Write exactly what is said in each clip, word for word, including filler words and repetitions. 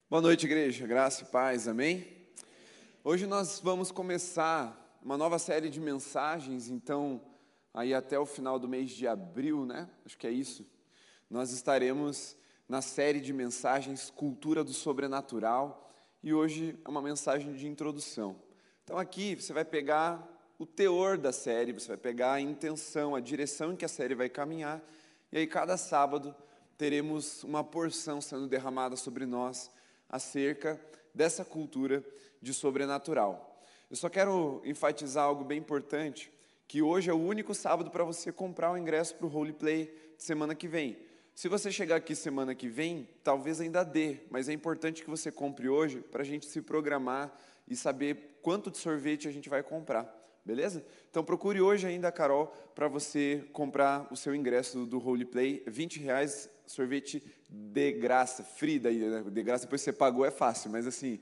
Boa noite, igreja. Graça e paz, amém? Hoje nós vamos começar uma nova série de mensagens, então, aí até o final do mês de abril, né? Acho que é isso. Nós estaremos na série de mensagens Cultura do Sobrenatural e hoje é uma mensagem de introdução. Então aqui você vai pegar o teor da série, você vai pegar a intenção, a direção em que a série vai caminhar e aí cada sábado teremos uma porção sendo derramada sobre nós acerca dessa cultura de sobrenatural. Eu só quero enfatizar algo bem importante, que hoje é o único sábado para você comprar o ingresso para o Roleplay de semana que vem. Se você chegar aqui semana que vem, talvez ainda dê, mas é importante que você compre hoje para a gente se programar e saber quanto de sorvete a gente vai comprar, beleza? Então procure hoje ainda, Carol, para você comprar o seu ingresso do Roleplay, vinte reais, sorvete de graça, free daí, né? De graça depois você pagou é fácil, mas assim,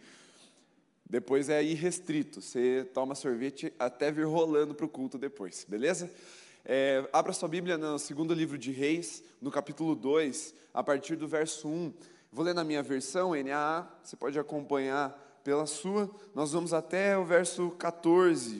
depois é irrestrito, você toma sorvete até vir rolando para o culto depois, beleza? É, abra sua Bíblia no segundo livro de Reis, no capítulo dois, a partir do verso um, vou ler na minha versão, N A A, você pode acompanhar pela sua, nós vamos até o verso quatorze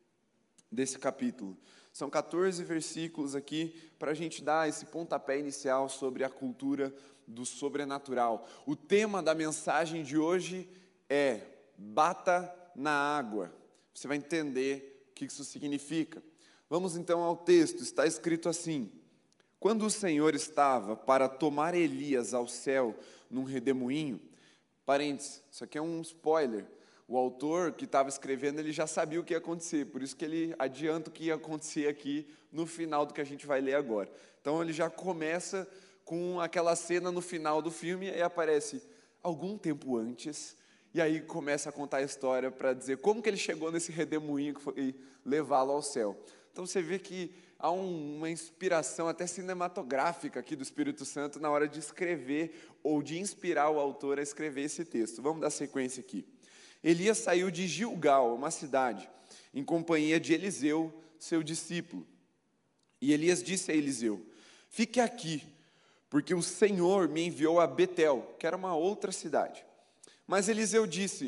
desse capítulo. São quatorze versículos aqui para a gente dar esse pontapé inicial sobre a cultura do sobrenatural. O tema da mensagem de hoje é bata na água. Você vai entender o que isso significa. Vamos então ao texto, está escrito assim: quando o Senhor estava para tomar Elias ao céu num redemoinho, parênteses, isso aqui é um spoiler, o autor que estava escrevendo, ele já sabia o que ia acontecer, por isso que ele adianta o que ia acontecer aqui no final do que a gente vai ler agora. Então ele já começa com aquela cena no final do filme, e aí aparece algum tempo antes, e aí começa a contar a história para dizer como que ele chegou nesse redemoinho que foi levá-lo ao céu. Então você vê que há um, uma inspiração até cinematográfica aqui do Espírito Santo na hora de escrever ou de inspirar o autor a escrever esse texto. Vamos dar sequência aqui. Elias saiu de Gilgal, uma cidade, em companhia de Eliseu, seu discípulo. E Elias disse a Eliseu: fique aqui, porque o Senhor me enviou a Betel, que era uma outra cidade. Mas Eliseu disse: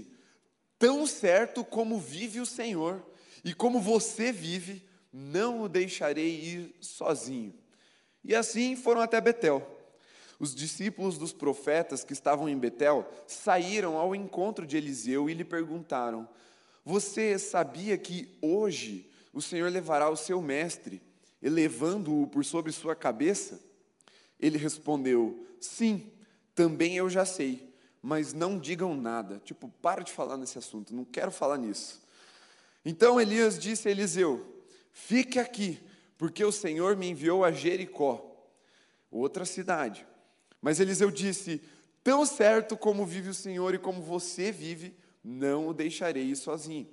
tão certo como vive o Senhor, e como você vive, não o deixarei ir sozinho. E assim foram até Betel. Os discípulos dos profetas que estavam em Betel saíram ao encontro de Eliseu e lhe perguntaram: você sabia que hoje o Senhor levará o seu mestre, elevando-o por sobre sua cabeça? Ele respondeu: sim, também eu já sei, mas não digam nada. Tipo, para de falar nesse assunto, não quero falar nisso. Então Elias disse a Eliseu: fique aqui, porque o Senhor me enviou a Jericó, outra cidade. Mas Eliseu disse: tão certo como vive o Senhor e como você vive, não o deixarei ir sozinho.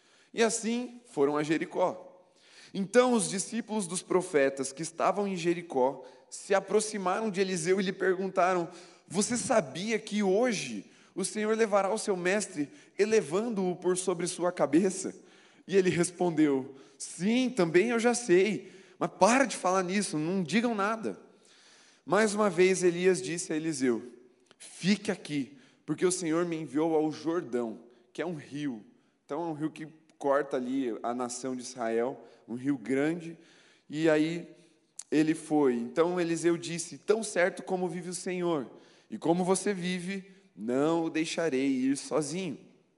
E assim foram a Jericó. Então os discípulos dos profetas que estavam em Jericó se aproximaram de Eliseu e lhe perguntaram: você sabia que hoje o Senhor levará o seu mestre, elevando-o por sobre sua cabeça? E ele respondeu: sim, também eu já sei, mas para de falar nisso, não digam nada. Mais uma vez Elias disse a Eliseu: fique aqui, porque o Senhor me enviou ao Jordão, que é um rio. Então é um rio que corta ali a nação de Israel, um rio grande, e aí ele foi. Então Eliseu disse: tão certo como vive o Senhor, e como você vive, não o deixarei ir sozinho.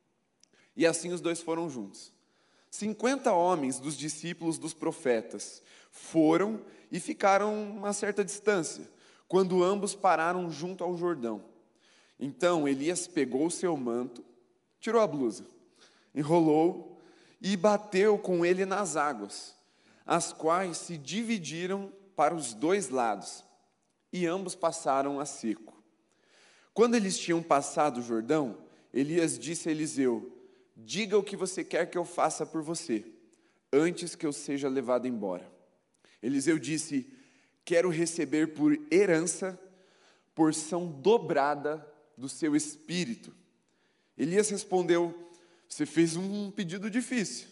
E assim os dois foram juntos. Cinquenta homens dos discípulos dos profetas foram e ficaram a uma certa distância, quando ambos pararam junto ao Jordão. Então Elias pegou o seu manto, tirou a blusa, enrolou e bateu com ele nas águas, as quais se dividiram para os dois lados, e ambos passaram a seco. Quando eles tinham passado o Jordão, Elias disse a Eliseu: diga o que você quer que eu faça por você, antes que eu seja levado embora. Eliseu disse: quero receber por herança porção dobrada do seu espírito. Elias respondeu: você fez um pedido difícil,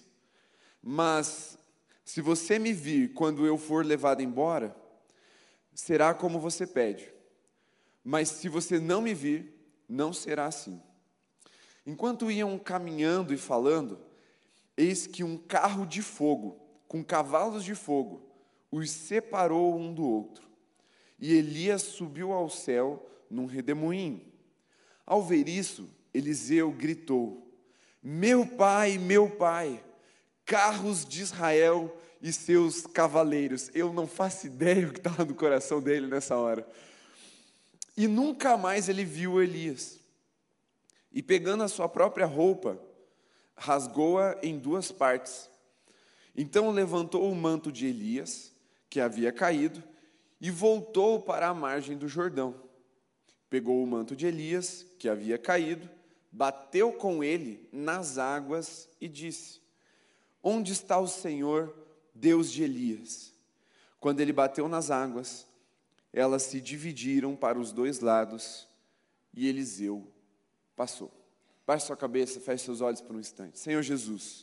mas se você me vir quando eu for levado embora, será como você pede. Mas se você não me vir, não será assim. Enquanto iam caminhando e falando, eis que um carro de fogo, com cavalos de fogo, os separou um do outro. E Elias subiu ao céu num redemoinho. Ao ver isso, Eliseu gritou: meu pai, meu pai, carros de Israel e seus cavaleiros. Eu não faço ideia o que estava no coração dele nessa hora. E nunca mais ele viu Elias. E pegando a sua própria roupa, rasgou-a em duas partes. Então levantou o manto de Elias, que havia caído, e voltou para a margem do Jordão. Pegou o manto de Elias, que havia caído, bateu com ele nas águas e disse: onde está o Senhor, Deus de Elias? Quando ele bateu nas águas, elas se dividiram para os dois lados e Eliseu passou. Baixe sua cabeça, feche seus olhos por um instante. Senhor Jesus,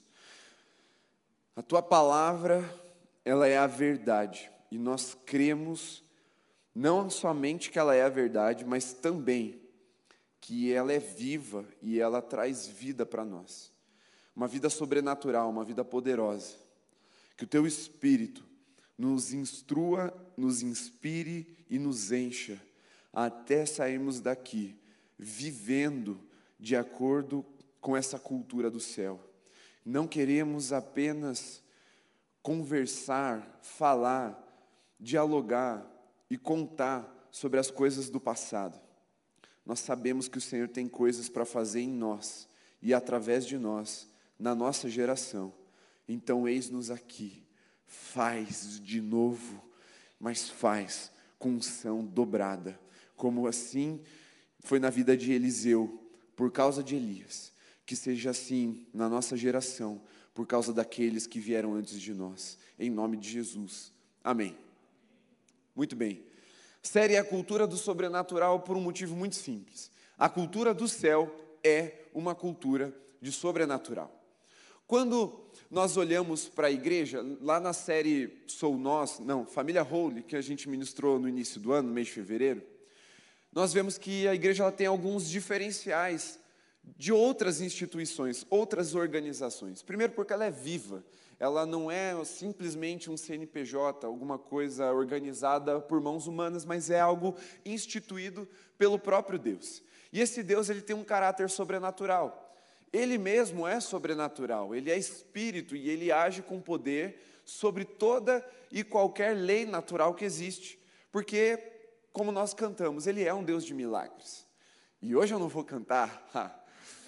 a Tua palavra, ela é a verdade. E nós cremos, não somente que ela é a verdade, mas também que ela é viva e ela traz vida para nós. Uma vida sobrenatural, uma vida poderosa. Que o Teu Espírito nos instrua, nos inspire e nos encha, até sairmos daqui, vivendo de acordo com essa cultura do céu. Não queremos apenas conversar, falar, dialogar e contar sobre as coisas do passado. Nós sabemos que o Senhor tem coisas para fazer em nós e através de nós, na nossa geração. Então, eis-nos aqui. Faz de novo, mas faz com unção dobrada, como assim foi na vida de Eliseu, por causa de Elias. Que seja assim na nossa geração, por causa daqueles que vieram antes de nós, em nome de Jesus, amém. Muito bem, série é a cultura do sobrenatural por um motivo muito simples. A cultura do céu é uma cultura de sobrenatural. Quando nós olhamos para a igreja, lá na série Sou Nós, não, Família Holy, que a gente ministrou no início do ano, no mês de fevereiro, nós vemos que a igreja ela tem alguns diferenciais de outras instituições, outras organizações. Primeiro porque ela é viva, ela não é simplesmente um C N P J, alguma coisa organizada por mãos humanas, mas é algo instituído pelo próprio Deus. E esse Deus ele tem um caráter sobrenatural. Ele mesmo é sobrenatural, ele é espírito e ele age com poder sobre toda e qualquer lei natural que existe. Porque, como nós cantamos, ele é um Deus de milagres. E hoje eu não vou cantar,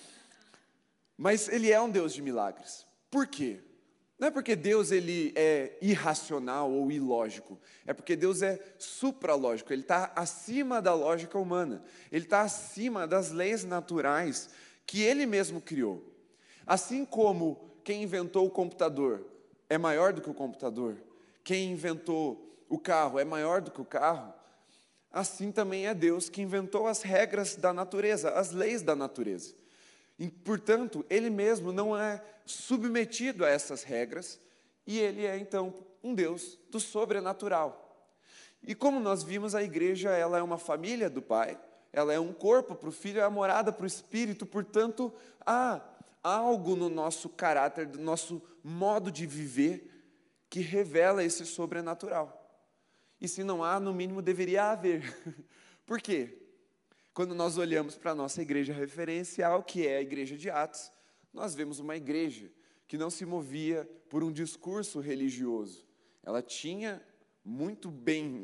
mas ele é um Deus de milagres. Por quê? Não é porque Deus ele é irracional ou ilógico, é porque Deus é supralógico, ele está acima da lógica humana, ele está acima das leis naturais que ele mesmo criou. Assim como quem inventou o computador é maior do que o computador, quem inventou o carro é maior do que o carro, assim também é Deus que inventou as regras da natureza, as leis da natureza. E, portanto, ele mesmo não é submetido a essas regras e ele é, então, um Deus do sobrenatural. E como nós vimos, a igreja ela é uma família do Pai, ela é um corpo para o Filho, é a morada para o Espírito, portanto, há algo no nosso caráter, no nosso modo de viver, que revela esse sobrenatural. E se não há, no mínimo deveria haver. Por quê? Quando nós olhamos para a nossa igreja referencial, que é a igreja de Atos, nós vemos uma igreja que não se movia por um discurso religioso. Ela tinha muito bem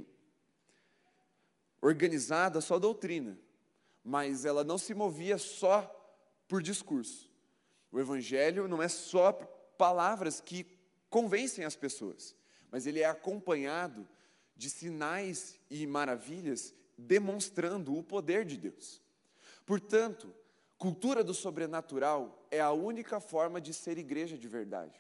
organizada a sua doutrina, mas ela não se movia só por discurso. O evangelho não é só palavras que convencem as pessoas, mas ele é acompanhado de sinais e maravilhas demonstrando o poder de Deus. Portanto, cultura do sobrenatural é a única forma de ser igreja de verdade.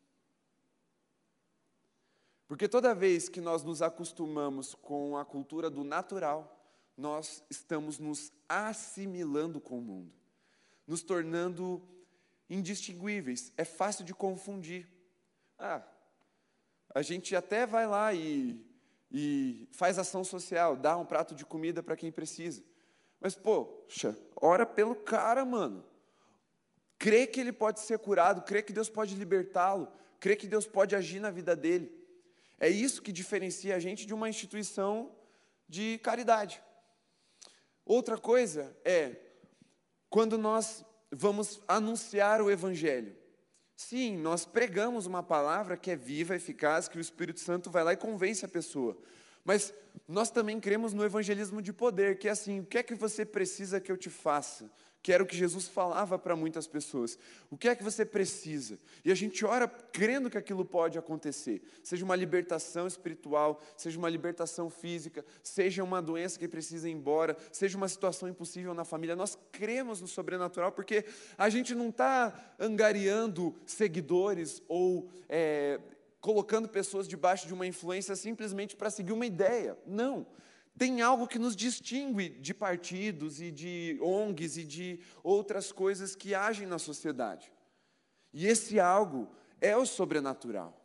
Porque toda vez que nós nos acostumamos com a cultura do natural, nós estamos nos assimilando com o mundo, nos tornando indistinguíveis. É fácil de confundir. Ah, a gente até vai lá e, e faz ação social, dá um prato de comida para quem precisa. Mas, poxa, ora pelo cara, mano. Crê que ele pode ser curado, crê que Deus pode libertá-lo, crê que Deus pode agir na vida dele. É isso que diferencia a gente de uma instituição de caridade. Outra coisa é quando nós vamos anunciar o Evangelho. Sim, nós pregamos uma palavra que é viva, eficaz, que o Espírito Santo vai lá e convence a pessoa. Mas nós também cremos no evangelismo de poder, que é assim, o que é que você precisa que eu te faça? Que era o que Jesus falava para muitas pessoas. O que é que você precisa? E a gente ora crendo que aquilo pode acontecer. Seja uma libertação espiritual, seja uma libertação física, seja uma doença que precisa ir embora, seja uma situação impossível na família. Nós cremos no sobrenatural porque a gente não está angariando seguidores ou é, colocando pessoas debaixo de uma influência simplesmente para seguir uma ideia. Não. Tem algo que nos distingue de partidos e de O N Gs e de outras coisas que agem na sociedade. E esse algo é o sobrenatural.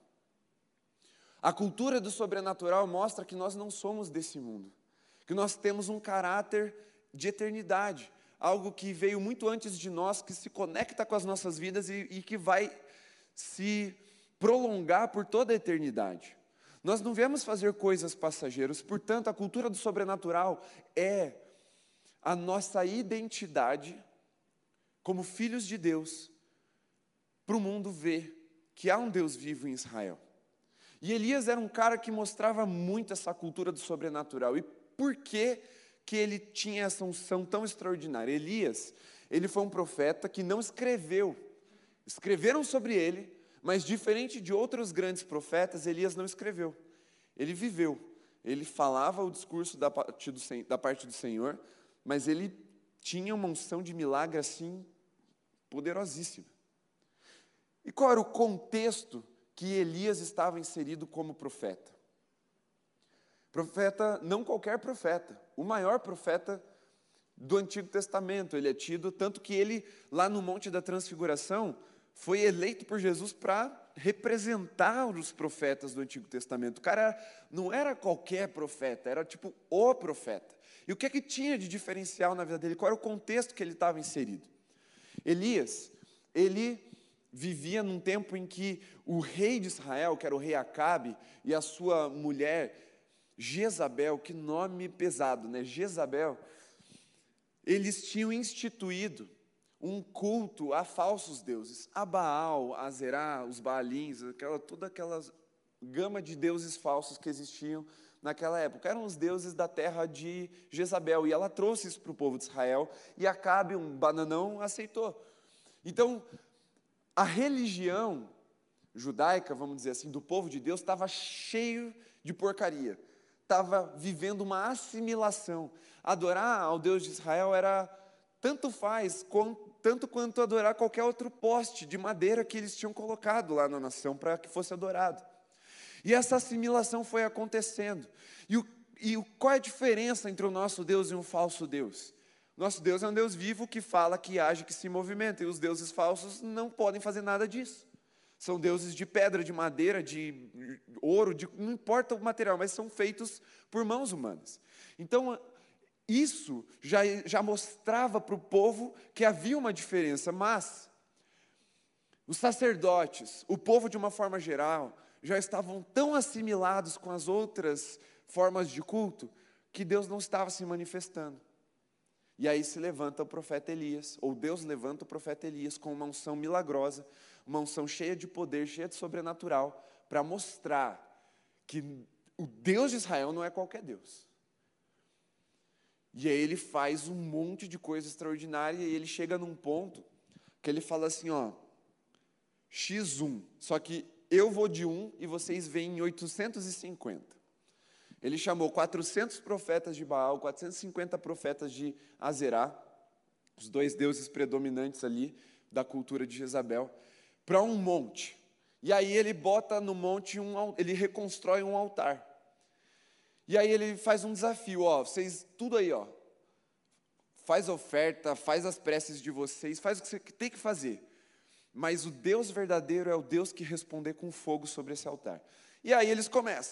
A cultura do sobrenatural mostra que nós não somos desse mundo, que nós temos um caráter de eternidade, algo que veio muito antes de nós, que se conecta com as nossas vidas e, e que vai se prolongar por toda a eternidade. Nós não viemos fazer coisas passageiras, portanto, a cultura do sobrenatural é a nossa identidade como filhos de Deus, para o mundo ver que há um Deus vivo em Israel. E Elias era um cara que mostrava muito essa cultura do sobrenatural. E por que que ele tinha essa unção tão extraordinária? Elias, ele foi um profeta que não escreveu. Escreveram sobre ele, mas diferente de outros grandes profetas, Elias não escreveu. Ele viveu. Ele falava o discurso da parte do, da parte do Senhor, mas ele tinha uma unção de milagre assim, poderosíssima. E qual era o contexto que Elias estava inserido como profeta? Profeta, não qualquer profeta, o maior profeta do Antigo Testamento. Ele é tido, tanto que ele, lá no Monte da Transfiguração, foi eleito por Jesus para representar os profetas do Antigo Testamento. O cara não era qualquer profeta, era tipo o profeta. E o que é que tinha de diferencial na vida dele? Qual era o contexto que ele estava inserido? Elias, ele vivia num tempo em que o rei de Israel, que era o rei Acabe, e a sua mulher Jezabel, que nome pesado, né? Jezabel, eles tinham instituído um culto a falsos deuses, a Baal, a Zerá, os Baalins, aquela, toda aquela gama de deuses falsos que existiam naquela época. Eram os deuses da terra de Jezabel, e ela trouxe isso para o povo de Israel, e Acabe, um bananão, aceitou. Então, a religião judaica, vamos dizer assim, do povo de Deus, estava cheio de porcaria, estava vivendo uma assimilação. Adorar ao Deus de Israel era tanto faz, tanto quanto adorar qualquer outro poste de madeira que eles tinham colocado lá na nação para que fosse adorado. E essa assimilação foi acontecendo. E, o, e o, qual é a diferença entre o nosso Deus e um falso Deus? Nosso Deus é um Deus vivo que fala, que age, que se movimenta. E os deuses falsos não podem fazer nada disso. São deuses de pedra, de madeira, de ouro, de, não importa o material, mas são feitos por mãos humanas. Então, isso já, já mostrava para o povo que havia uma diferença, mas os sacerdotes, o povo de uma forma geral, já estavam tão assimilados com as outras formas de culto, que Deus não estava se manifestando. E aí se levanta o profeta Elias, ou Deus levanta o profeta Elias com uma unção milagrosa, uma unção cheia de poder, cheia de sobrenatural, para mostrar que o Deus de Israel não é qualquer Deus. E aí ele faz um monte de coisa extraordinária, e ele chega num ponto que ele fala assim, ó, xis um, só que eu vou de um e vocês vêm em oitocentos e cinquenta. Ele chamou quatrocentos profetas de Baal, quatrocentos e cinquenta profetas de Azerá, os dois deuses predominantes ali da cultura de Jezabel, para um monte. E aí ele bota no monte, um, ele reconstrói um altar. E aí ele faz um desafio, ó, vocês, tudo aí, ó, faz oferta, faz as preces de vocês, faz o que você tem que fazer. Mas o Deus verdadeiro é o Deus que responder com fogo sobre esse altar. E aí eles começam.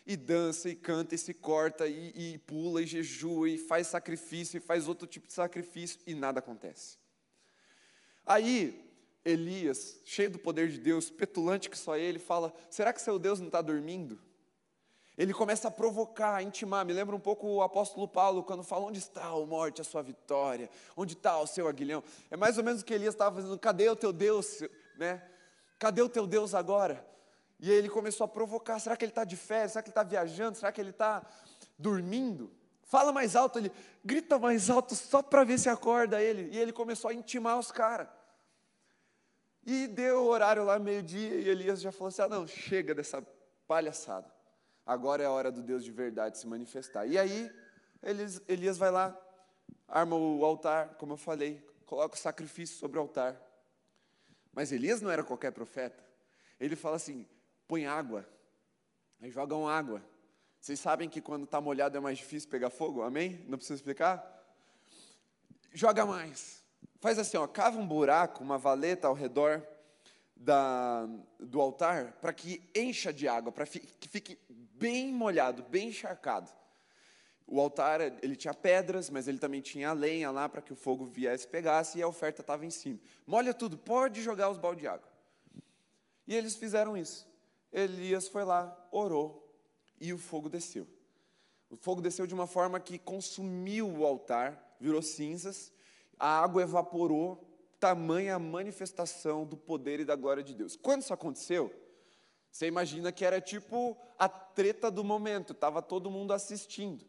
E dança, e canta, e se corta, e, e pula, e jejua, e faz sacrifício, e faz outro tipo de sacrifício, e nada acontece. Aí, Elias, cheio do poder de Deus, petulante que só ele, fala, será que seu Deus não está dormindo? Ele começa a provocar, a intimar, me lembra um pouco o apóstolo Paulo, quando fala, onde está, ó morte, a sua vitória? Onde está o seu aguilhão? É mais ou menos o que Elias estava fazendo, cadê o teu Deus, né? Cadê o teu Deus agora? E aí ele começou a provocar, será que ele está de férias? Será que ele está viajando? Será que ele está dormindo? Fala mais alto, ele grita mais alto só para ver se acorda ele. E ele começou a intimar os caras. E deu o horário lá, meio-dia, e Elias já falou assim, ah não, chega dessa palhaçada. Agora é a hora do Deus de verdade se manifestar. E aí, Elias, Elias vai lá, arma o altar, como eu falei, coloca o sacrifício sobre o altar. Mas Elias não era qualquer profeta. Ele fala assim, põe água, aí jogam água. Vocês sabem que quando está molhado é mais difícil pegar fogo, amém? Não precisa explicar? Joga mais. Faz assim, ó, cava um buraco, uma valeta ao redor da, do altar, para que encha de água, para que fique bem molhado, bem encharcado. O altar, ele tinha pedras, mas ele também tinha lenha lá, para que o fogo viesse e pegasse, e a oferta estava em cima. Molha tudo, pode jogar os baldes de água. E eles fizeram isso. Elias foi lá, orou, e o fogo desceu. O fogo desceu de uma forma que consumiu o altar, virou cinzas, a água evaporou, tamanha a manifestação do poder e da glória de Deus. Quando isso aconteceu, você imagina que era tipo a treta do momento, estava todo mundo assistindo.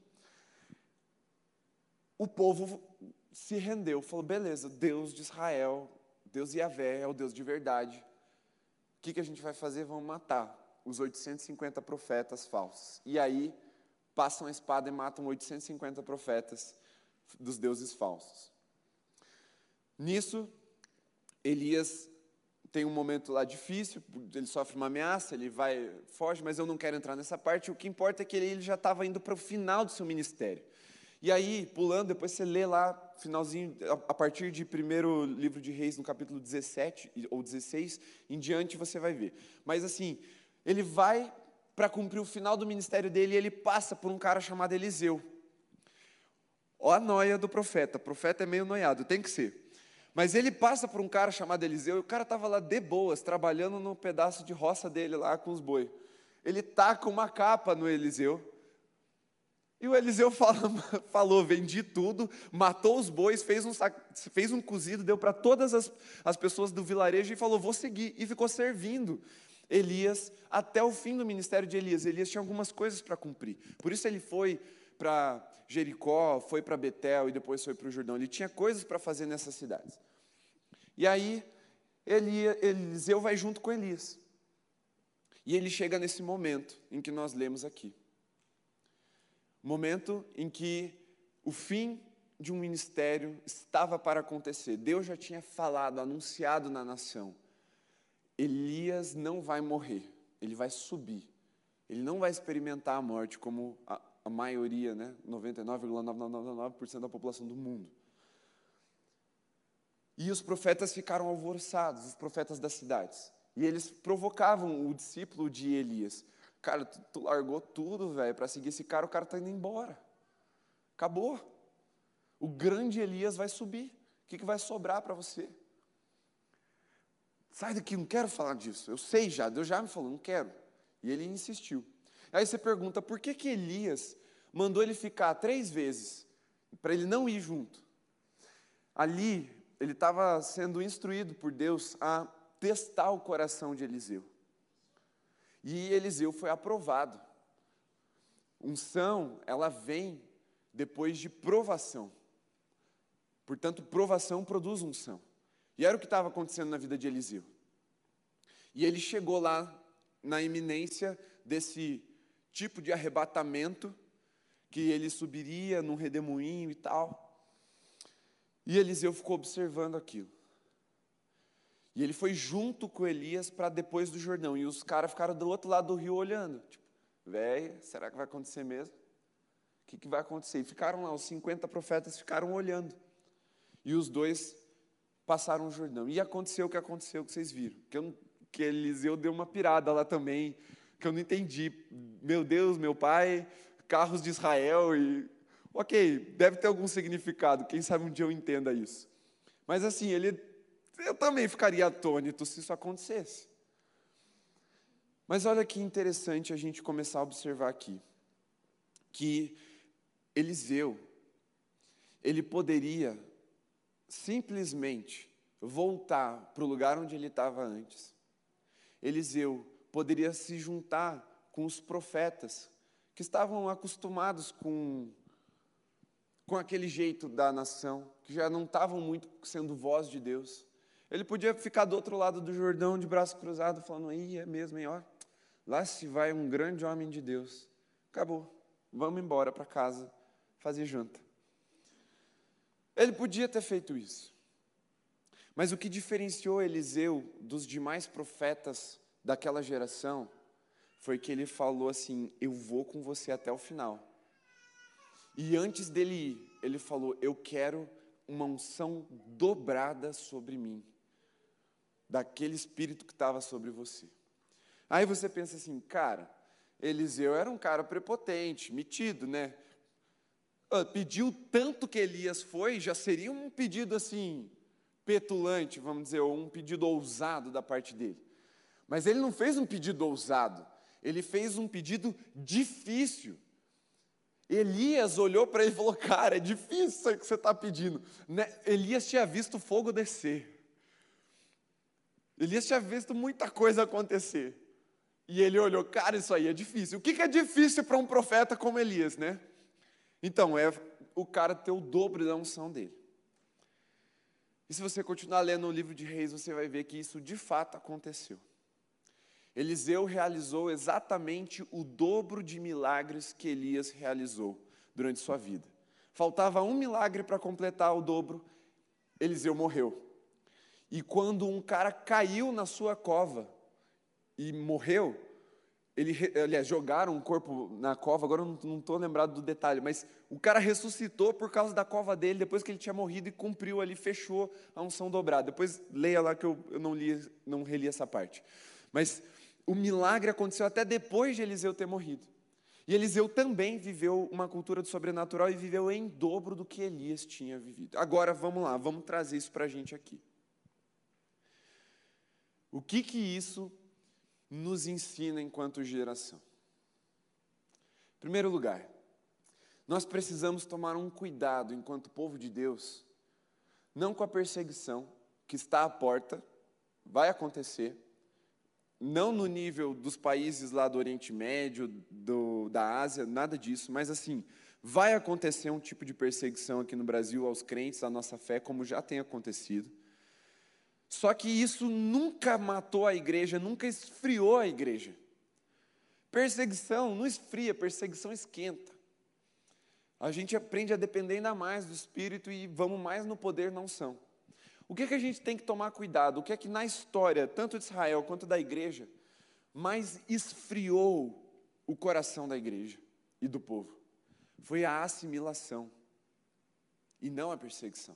O povo se rendeu, falou, beleza, Deus de Israel, Deus Yahvé é o Deus de verdade. O que, que a gente vai fazer? Vamos matar os oitocentos e cinquenta profetas falsos. E aí, passam a espada e matam oitocentos e cinquenta profetas dos deuses falsos. Nisso, Elias tem um momento lá difícil, ele sofre uma ameaça, ele vai, foge, mas eu não quero entrar nessa parte. O que importa é que ele já estava indo para o final do seu ministério. E aí, pulando, depois você lê lá, finalzinho, a partir de primeiro livro de Reis, no capítulo dezessete ou dezesseis, em diante você vai ver. Mas assim, ele vai para cumprir o final do ministério dele e ele passa por um cara chamado Eliseu. Ó a noia do profeta, o profeta é meio noiado, tem que ser. Mas ele passa por um cara chamado Eliseu, e o cara estava lá de boas, trabalhando num pedaço de roça dele lá com os boi. Ele taca uma capa no Eliseu, e o Eliseu fala, falou, vendi tudo, matou os bois, fez um, fez um cozido, deu para todas as, as pessoas do vilarejo e falou, vou seguir. E ficou servindo Elias até o fim do ministério de Elias. Elias tinha algumas coisas para cumprir. Por isso ele foi para Jericó, foi para Betel e depois foi para o Jordão. Ele tinha coisas para fazer nessas cidades. E aí, Elia, Eliseu vai junto com Elias. E ele chega nesse momento em que nós lemos aqui. Momento em que o fim de um ministério estava para acontecer. Deus já tinha falado, anunciado na nação. Elias não vai morrer, ele vai subir. Ele não vai experimentar a morte como a, a maioria, né? noventa e nove vírgula novecentos e noventa e nove por cento da população do mundo. E os profetas ficaram alvoroçados, os profetas das cidades. E eles provocavam o discípulo de Elias. Cara, tu, tu largou tudo, velho, para seguir esse cara, o cara está indo embora. Acabou. O grande Elias vai subir. O que, que vai sobrar para você? Sai daqui, não quero falar disso. Eu sei já, Deus já me falou, não quero. E ele insistiu. Aí você pergunta, por que que Elias mandou ele ficar três vezes, para ele não ir junto? Ali, ele estava sendo instruído por Deus a testar o coração de Eliseu. E Eliseu foi aprovado. Unção, ela vem depois de provação. Portanto, provação produz unção. E era o que estava acontecendo na vida de Eliseu. E ele chegou lá na iminência desse tipo de arrebatamento, que ele subiria num redemoinho e tal. E Eliseu ficou observando aquilo. E ele foi junto com Elias para depois do Jordão. E os caras ficaram do outro lado do rio olhando. Tipo, velho, será que vai acontecer mesmo? O que, que vai acontecer? E ficaram lá, os cinquenta profetas ficaram olhando. E os dois passaram o Jordão. E aconteceu o que aconteceu, que vocês viram. Que, eu, que Eliseu deu uma pirada lá também. que eu não entendi. Meu Deus, meu pai, carros de Israel e... Ok, deve ter algum significado, quem sabe um dia eu entenda isso. Mas assim, ele, eu também ficaria atônito se isso acontecesse. Mas olha que interessante a gente começar a observar aqui, que Eliseu, ele poderia simplesmente voltar para o lugar onde ele estava antes. Eliseu poderia se juntar com os profetas, que estavam acostumados com, com aquele jeito da nação, que já não estavam muito sendo voz de Deus. Ele podia ficar do outro lado do Jordão, de braço cruzado, falando, aí é mesmo, hein, ó, lá se vai um grande homem de Deus. Acabou, vamos embora para casa fazer janta. Ele podia ter feito isso. Mas o que diferenciou Eliseu dos demais profetas daquela geração foi que ele falou assim, eu vou com você até o final. E antes dele ir, ele falou, eu quero uma unção dobrada sobre mim, daquele espírito que estava sobre você. Aí você pensa assim, cara, Eliseu era um cara prepotente, metido, né? Pediu tanto que Elias foi, já seria um pedido assim, petulante, vamos dizer, ou um pedido ousado da parte dele. Mas ele não fez um pedido ousado, ele fez um pedido difícil. Elias olhou para ele e falou, cara, é difícil isso que você está pedindo. Né? Elias tinha visto fogo descer. Elias tinha visto muita coisa acontecer. E ele olhou, cara, isso aí é difícil. O que é difícil para um profeta como Elias, né? Então, é o cara ter o dobro da unção dele. E se você continuar lendo o livro de Reis, você vai ver que isso de fato aconteceu. Eliseu realizou exatamente o dobro de milagres que Elias realizou durante sua vida. Faltava um milagre para completar o dobro, Eliseu morreu. E quando um cara caiu na sua cova e morreu, ele, aliás, jogaram um corpo na cova, agora eu não estou lembrado do detalhe, mas o cara ressuscitou por causa da cova dele, depois que ele tinha morrido e cumpriu ali, fechou a unção dobrada. Depois leia lá que eu, eu não, li, não reli essa parte. Mas o milagre aconteceu até depois de Eliseu ter morrido. E Eliseu também viveu uma cultura do sobrenatural e viveu em dobro do que Elias tinha vivido. Agora, vamos lá, vamos trazer isso para a gente aqui. O que que isso nos ensina enquanto geração? Em primeiro lugar, nós precisamos tomar um cuidado enquanto povo de Deus, não com a perseguição que está à porta, vai acontecer, não no nível dos países lá do Oriente Médio, do, da Ásia, nada disso, mas assim, vai acontecer um tipo de perseguição aqui no Brasil aos crentes, à nossa fé, como já tem acontecido. Só que isso nunca matou a igreja, nunca esfriou a igreja. Perseguição não esfria, perseguição esquenta. A gente aprende a depender ainda mais do Espírito e vamos mais no poder, não são. O que é que a gente tem que tomar cuidado? O que é que na história, tanto de Israel quanto da igreja, mais esfriou o coração da igreja e do povo? Foi a assimilação e não a perseguição.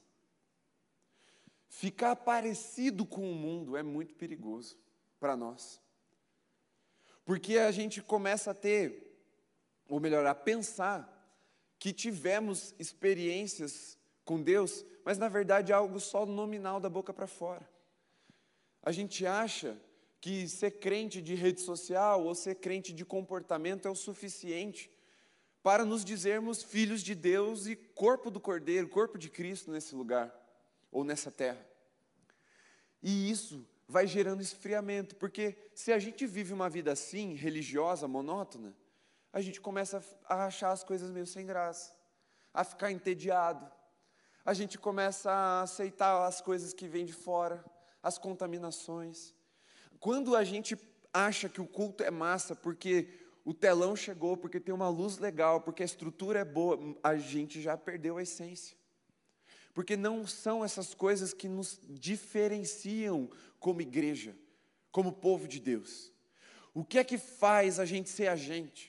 Ficar parecido com o mundo é muito perigoso para nós. Porque a gente começa a ter, ou melhor, a pensar que tivemos experiências com Deus, mas na verdade é algo só nominal da boca para fora. A gente acha que ser crente de rede social ou ser crente de comportamento é o suficiente para nos dizermos filhos de Deus e corpo do Cordeiro, corpo de Cristo nesse lugar, ou nessa terra. E isso vai gerando esfriamento, porque se a gente vive uma vida assim, religiosa, monótona, a gente começa a achar as coisas meio sem graça, a ficar entediado, a gente começa a aceitar as coisas que vêm de fora, as contaminações. Quando a gente acha que o culto é massa porque o telão chegou, porque tem uma luz legal, porque a estrutura é boa, a gente já perdeu a essência. Porque não são essas coisas que nos diferenciam como igreja, como povo de Deus. O que é que faz a gente ser a gente?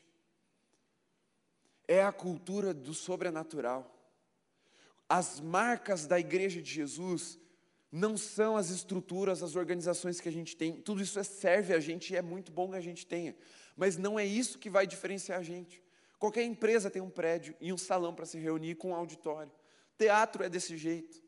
É a cultura do sobrenatural. As marcas da igreja de Jesus não são as estruturas, as organizações que a gente tem. Tudo isso serve a gente e é muito bom que a gente tenha. Mas não é isso que vai diferenciar a gente. Qualquer empresa tem um prédio e um salão para se reunir com um auditório. Teatro é desse jeito.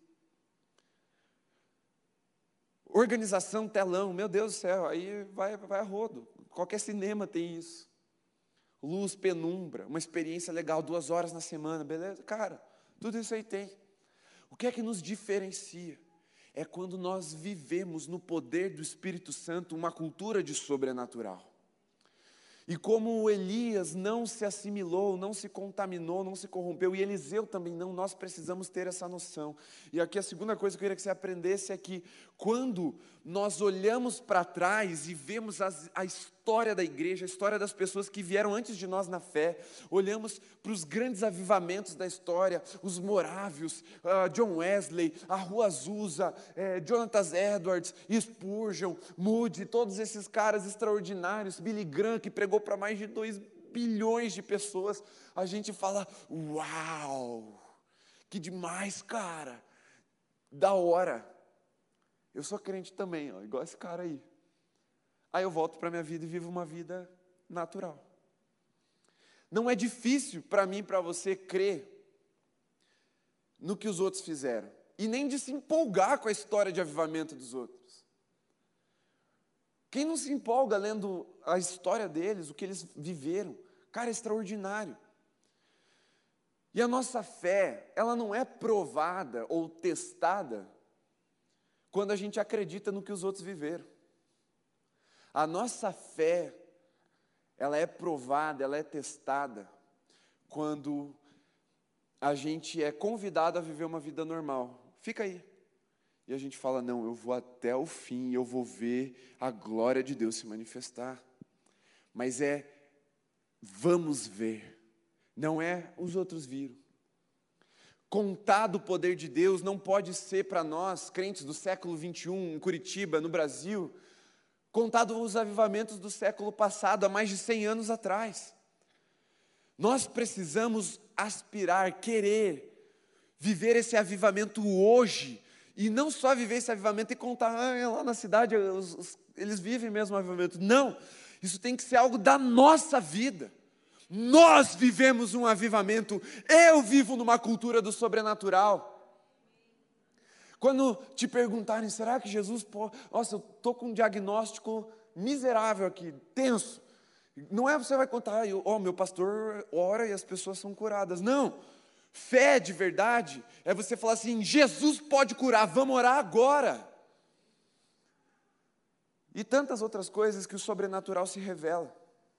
Organização, telão, meu Deus do céu, aí vai, vai a rodo. Qualquer cinema tem isso. Luz, penumbra, uma experiência legal, duas horas na semana, beleza? Cara, tudo isso aí tem. O que é que nos diferencia? É quando nós vivemos no poder do Espírito Santo uma cultura de sobrenatural. E como Elias não se assimilou, não se contaminou, não se corrompeu, e Eliseu também não, nós precisamos ter essa noção. E aqui a segunda coisa que eu queria que você aprendesse é que quando nós olhamos para trás e vemos as, a história da igreja, a história das pessoas que vieram antes de nós na fé, olhamos para os grandes avivamentos da história, os Morávios, uh, John Wesley, a Rua Azusa, eh, Jonathan Edwards, Spurgeon, Moody, todos esses caras extraordinários, Billy Graham, que pregou para mais de dois bilhões de pessoas, a gente fala, uau, que demais, cara, da hora. Eu sou crente também, ó, igual esse cara aí. Aí eu volto para a minha vida e vivo uma vida natural. Não é difícil para mim e para você crer no que os outros fizeram, e nem de se empolgar com a história de avivamento dos outros. Quem não se empolga lendo a história deles, o que eles viveram? Cara, é extraordinário. E a nossa fé, ela não é provada ou testada quando a gente acredita no que os outros viveram. A nossa fé, ela é provada, ela é testada quando a gente é convidado a viver uma vida normal. Fica aí. E a gente fala, não, eu vou até o fim, eu vou ver a glória de Deus se manifestar. Mas é, vamos ver, não é os outros viram. Contar do poder de Deus não pode ser para nós, crentes do século vinte e um, em Curitiba, no Brasil, contar dos avivamentos do século passado, há mais de cem anos atrás. Nós precisamos aspirar, querer, viver esse avivamento hoje, e não só viver esse avivamento e contar, ah, lá na cidade os, os, eles vivem mesmo o avivamento. Não, isso tem que ser algo da nossa vida. Nós vivemos um avivamento, eu vivo numa cultura do sobrenatural. Quando te perguntarem, será que Jesus pode... Nossa, eu estou com um diagnóstico miserável aqui, tenso. Não é você vai contar, ó, oh, meu pastor ora e as pessoas são curadas. Não, fé de verdade é você falar assim, Jesus pode curar, vamos orar agora. E tantas outras coisas que o sobrenatural se revela.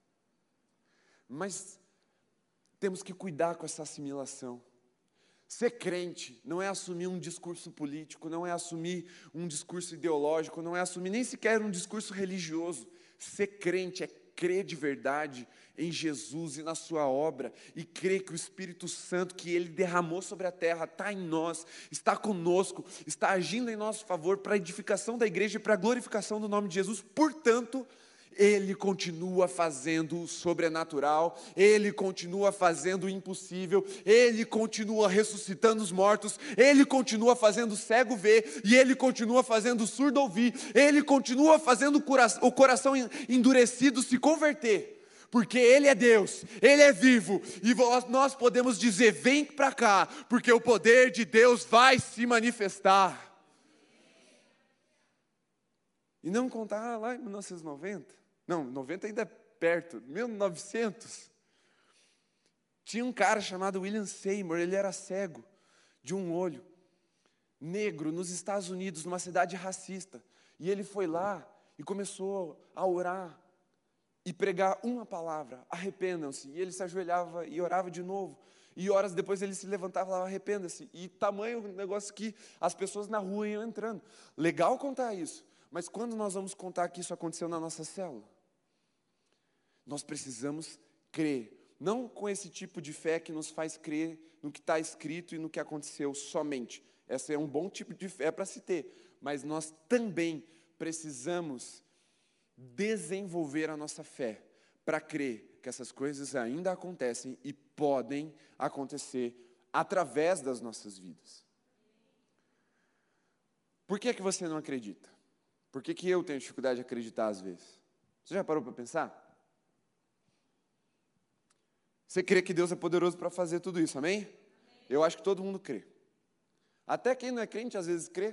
Mas temos que cuidar com essa assimilação. Ser crente não é assumir um discurso político, não é assumir um discurso ideológico, não é assumir nem sequer um discurso religioso. Ser crente é crer de verdade em Jesus e na sua obra, e crer que o Espírito Santo que Ele derramou sobre a terra está em nós, está conosco, está agindo em nosso favor para a edificação da igreja e para a glorificação do nome de Jesus. Portanto, Ele continua fazendo o sobrenatural, Ele continua fazendo o impossível, Ele continua ressuscitando os mortos, Ele continua fazendo o cego ver, e Ele continua fazendo o surdo ouvir, Ele continua fazendo o coração endurecido se converter, porque Ele é Deus, Ele é vivo, e nós podemos dizer, vem para cá, porque o poder de Deus vai se manifestar. E não contar lá em mil novecentos e noventa, não, noventa ainda é perto, mil e novecentos, tinha um cara chamado William Seymour, ele era cego, de um olho, negro, nos Estados Unidos, numa cidade racista, e ele foi lá e começou a orar, e pregar uma palavra, arrependam-se, e ele se ajoelhava e orava de novo, e horas depois ele se levantava e falava, arrependa-se, e tamanho negócio que as pessoas na rua iam entrando. Legal contar isso, mas quando nós vamos contar que isso aconteceu na nossa célula? Nós precisamos crer, não com esse tipo de fé que nos faz crer no que está escrito e no que aconteceu somente. Esse é um bom tipo de fé para se ter, mas nós também precisamos desenvolver a nossa fé para crer que essas coisas ainda acontecem e podem acontecer através das nossas vidas. Por que que você não acredita? Por que que eu tenho dificuldade de acreditar às vezes? Você já parou para pensar? Você crê que Deus é poderoso para fazer tudo isso, amém? Amém? Eu acho que todo mundo crê. Até quem não é crente às vezes crê.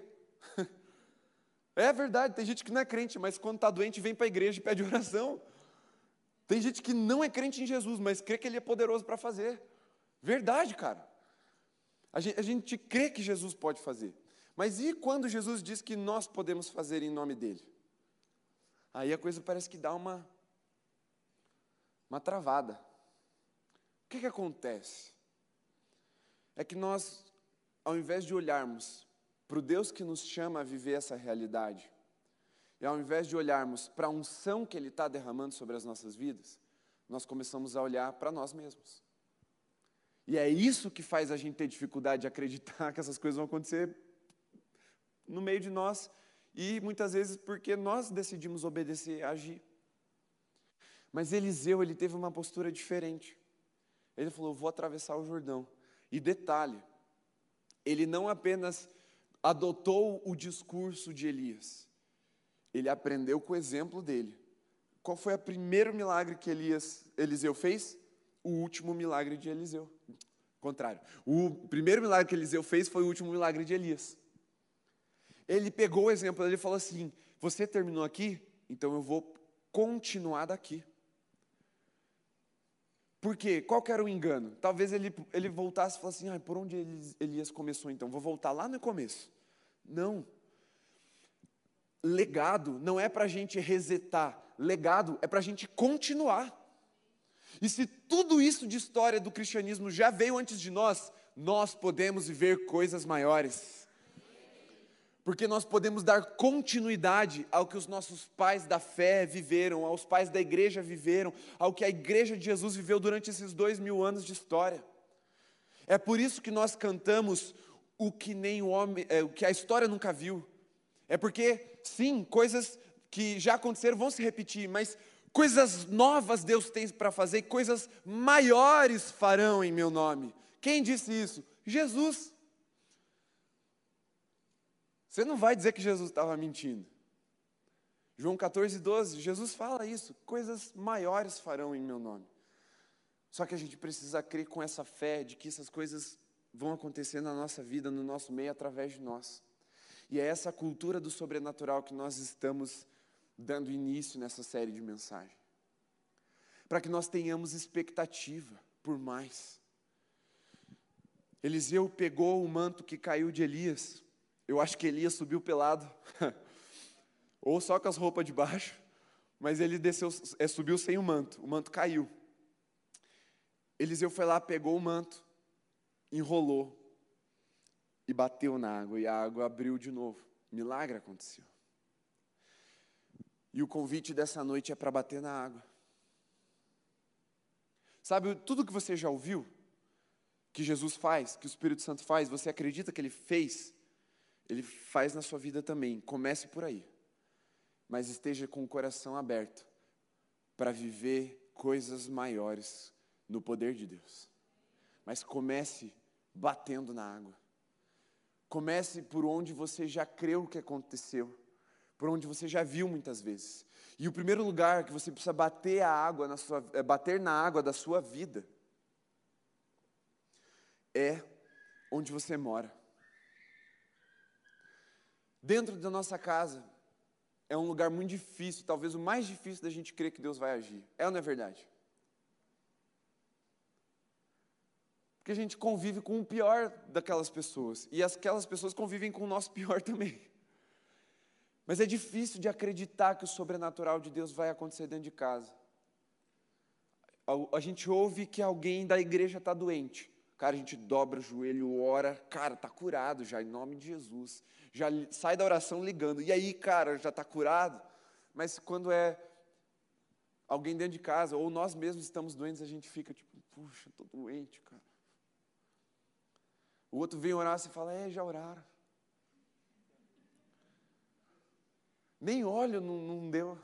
É verdade, tem gente que não é crente, mas quando está doente vem para a igreja e pede oração. Tem gente que não é crente em Jesus, mas crê que Ele é poderoso para fazer. Verdade, cara. A gente, a gente crê que Jesus pode fazer. Mas e quando Jesus diz que nós podemos fazer em nome dEle? Aí a coisa parece que dá uma, uma travada. O que que acontece? É que nós, ao invés de olharmos para o Deus que nos chama a viver essa realidade, e ao invés de olharmos para a unção que Ele está derramando sobre as nossas vidas, nós começamos a olhar para nós mesmos. E é isso que faz a gente ter dificuldade de acreditar que essas coisas vão acontecer no meio de nós, e muitas vezes porque nós decidimos obedecer, agir. Mas Eliseu, ele teve uma postura diferente. Ele falou, vou atravessar o Jordão. E detalhe, ele não apenas adotou o discurso de Elias, ele aprendeu com o exemplo dele. Qual foi o primeiro milagre que Elias, Eliseu fez? O último milagre de Eliseu. Contrário. O primeiro milagre que Eliseu fez foi o último milagre de Elias. Ele pegou o exemplo, ele falou assim, você terminou aqui? Então eu vou continuar daqui. Por quê? Qual que era o engano? Talvez ele, ele voltasse e falasse assim, ah, por onde Elias começou então? Vou voltar lá no começo. Não. Legado não é para a gente resetar. Legado é para a gente continuar. E se tudo isso de história do cristianismo já veio antes de nós, nós podemos viver coisas maiores. Porque nós podemos dar continuidade ao que os nossos pais da fé viveram, aos pais da igreja viveram, ao que a igreja de Jesus viveu durante esses dois mil anos de história. É por isso que nós cantamos o que nem o homem, é, o que a história nunca viu. É porque, sim, coisas que já aconteceram vão se repetir, mas coisas novas Deus tem para fazer, coisas maiores farão em meu nome. Quem disse isso? Jesus. Você não vai dizer que Jesus estava mentindo. João quatorze, doze, Jesus fala isso, coisas maiores farão em meu nome. Só que a gente precisa crer com essa fé de que essas coisas vão acontecer na nossa vida, no nosso meio, através de nós. E é essa cultura do sobrenatural que nós estamos dando início nessa série de mensagens. Para que nós tenhamos expectativa por mais. Eliseu pegou o manto que caiu de Elias. Eu acho que Elias subiu pelado, ou só com as roupas de baixo, mas ele desceu, é, subiu sem o manto, o manto caiu. Eliseu foi lá, pegou o manto, enrolou e bateu na água, e a água abriu de novo. Milagre aconteceu. E o convite dessa noite é para bater na água. Sabe, tudo que você já ouviu, que Jesus faz, que o Espírito Santo faz, você acredita que Ele fez? Ele faz na sua vida também. Comece por aí. Mas esteja com o coração aberto para viver coisas maiores no poder de Deus. Mas comece batendo na água. Comece por onde você já creu que aconteceu. Por onde você já viu muitas vezes. E o primeiro lugar que você precisa bater a água na sua, é bater na água da sua vida é onde você mora. Dentro da nossa casa, é um lugar muito difícil, talvez o mais difícil da gente crer que Deus vai agir. É ou não é verdade? Porque a gente convive com o pior daquelas pessoas, e aquelas pessoas convivem com o nosso pior também. Mas é difícil de acreditar que o sobrenatural de Deus vai acontecer dentro de casa. A gente ouve que alguém da igreja está doente. Cara, a gente dobra o joelho, ora, cara, está curado já, em nome de Jesus. Já sai da oração ligando, e aí, cara, já está curado? Mas quando é alguém dentro de casa, ou nós mesmos estamos doentes, a gente fica tipo, puxa, estou doente, cara. O outro vem orar, você fala, é, já oraram. Nem óleo não, não deu.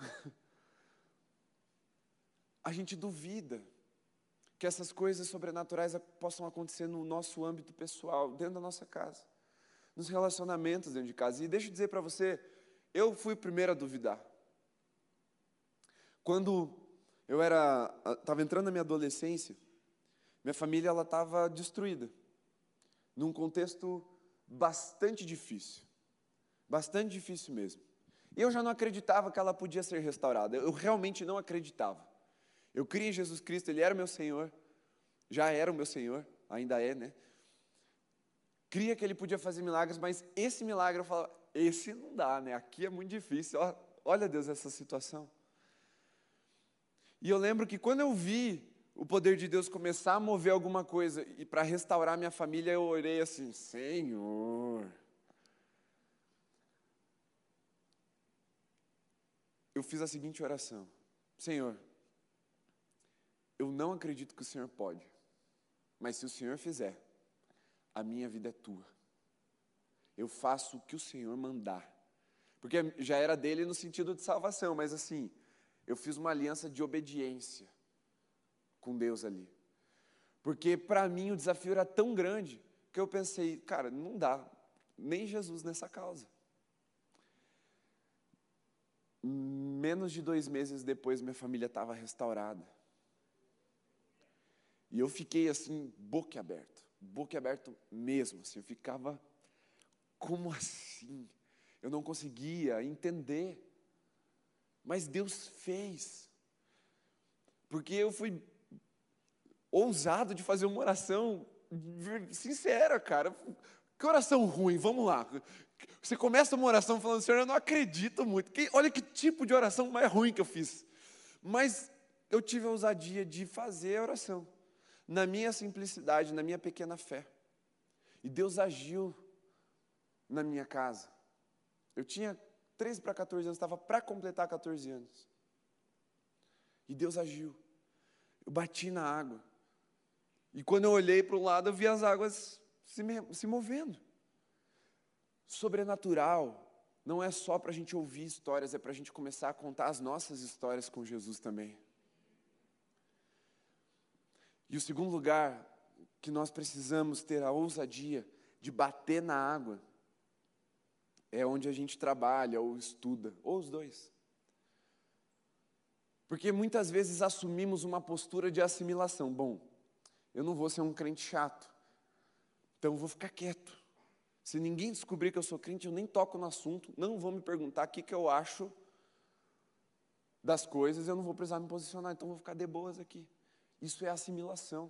A gente duvida que essas coisas sobrenaturais possam acontecer no nosso âmbito pessoal, dentro da nossa casa, nos relacionamentos dentro de casa. E deixa eu dizer para você, eu fui o primeiro a duvidar. Quando eu era, estava entrando na minha adolescência, Minha família ela estava destruída, num contexto bastante difícil, bastante difícil mesmo. E eu já não acreditava que ela podia ser restaurada, eu realmente não acreditava. Eu criei em Jesus Cristo, Ele era o meu Senhor, já era o meu Senhor, ainda é, né? Cria que Ele podia fazer milagres, mas esse milagre eu falava, esse não dá, né? Aqui é muito difícil, ó, olha Deus essa situação. E eu lembro que quando eu vi o poder de Deus começar a mover alguma coisa e para restaurar minha família, eu orei assim, Senhor. Eu fiz a seguinte oração, Senhor, eu não acredito que o Senhor pode, mas se o Senhor fizer, a minha vida é tua. Eu faço o que o Senhor mandar. Porque já era dele no sentido de salvação, mas assim, eu fiz uma aliança de obediência com Deus ali. Porque para mim o desafio era tão grande que eu pensei, cara, não dá, nem Jesus nessa causa. Menos de dois meses depois, minha família estava restaurada. E eu fiquei assim, boquiaberto, boquiaberto mesmo, assim, eu ficava, como assim? Eu não conseguia entender, mas Deus fez, porque eu fui ousado de fazer uma oração sincera, cara, que oração ruim, vamos lá, você começa uma oração falando, Senhor, eu não acredito muito, que, olha que tipo de oração mais ruim que eu fiz, mas eu tive a ousadia de fazer a oração, na minha simplicidade, na minha pequena fé. E Deus agiu na minha casa. Eu tinha treze para quatorze anos, estava para completar quatorze anos. E Deus agiu. Eu bati na água. E quando eu olhei para o lado, eu vi as águas se, me, se movendo. Sobrenatural não é só para a gente ouvir histórias, é para a gente começar a contar as nossas histórias com Jesus também. E o segundo lugar que nós precisamos ter a ousadia de bater na água é onde a gente trabalha ou estuda, ou os dois. Porque muitas vezes assumimos uma postura de assimilação. Bom, eu não vou ser um crente chato, então eu vou ficar quieto. Se ninguém descobrir que eu sou crente, eu nem toco no assunto, não vou me perguntar o que, que eu acho das coisas, eu não vou precisar me posicionar, então eu vou ficar de boas aqui. Isso é assimilação.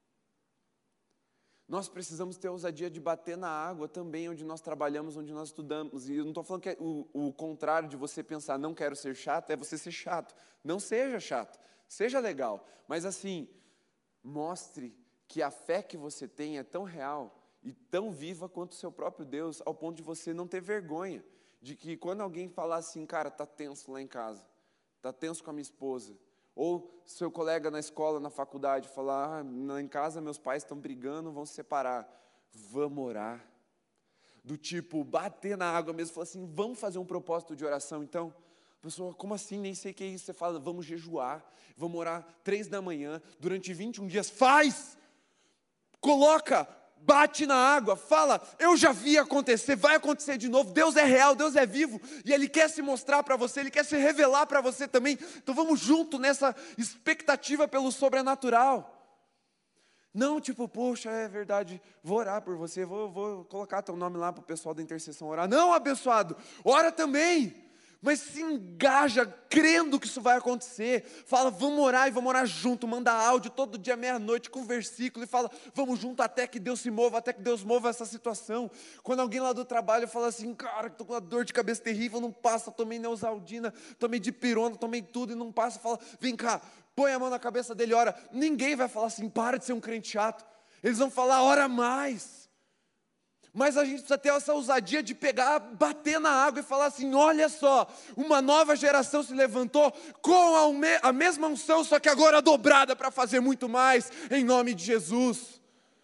Nós precisamos ter a ousadia de bater na água também, onde nós trabalhamos, onde nós estudamos. E eu não estou falando que é o, o contrário de você pensar, não quero ser chato, é você ser chato. Não seja chato, seja legal. Mas assim, mostre que a fé que você tem é tão real e tão viva quanto o seu próprio Deus, ao ponto de você não ter vergonha. De que quando alguém falar assim, cara, está tenso lá em casa, está tenso com a minha esposa, ou seu colega na escola, na faculdade, falar, ah, em casa meus pais estão brigando, vão se separar. Vamos orar. Do tipo, bater na água mesmo, falar assim, vamos fazer um propósito de oração, então? A pessoa, como assim? Nem sei o que é isso. Você fala, vamos jejuar, vamos orar três da manhã, durante vinte e um dias. Faz! Coloca! Bate na água, fala, eu já vi acontecer, vai acontecer de novo, Deus é real, Deus é vivo, e Ele quer se mostrar para você, Ele quer se revelar para você também, então vamos junto nessa expectativa pelo sobrenatural. Não tipo, poxa, é verdade, vou orar por você, vou, vou colocar teu nome lá para o pessoal da intercessão orar. Não, abençoado, ora também. Mas se engaja, crendo que isso vai acontecer. Fala, vamos orar e vamos orar junto. Manda áudio todo dia, meia-noite, com versículo. E fala, vamos junto até que Deus se mova, até que Deus mova essa situação. Quando alguém lá do trabalho fala assim, cara, estou com uma dor de cabeça terrível, não passa, tomei Neosaldina, tomei dipirona, tomei tudo e não passa. Fala, vem cá, põe a mão na cabeça dele e ora. Ninguém vai falar assim, para de ser um crente chato. Eles vão falar, ora mais. Mas a gente precisa ter essa ousadia de pegar, bater na água e falar assim, olha só, uma nova geração se levantou com a, ume, a mesma unção, só que agora dobrada para fazer muito mais, em nome de Jesus.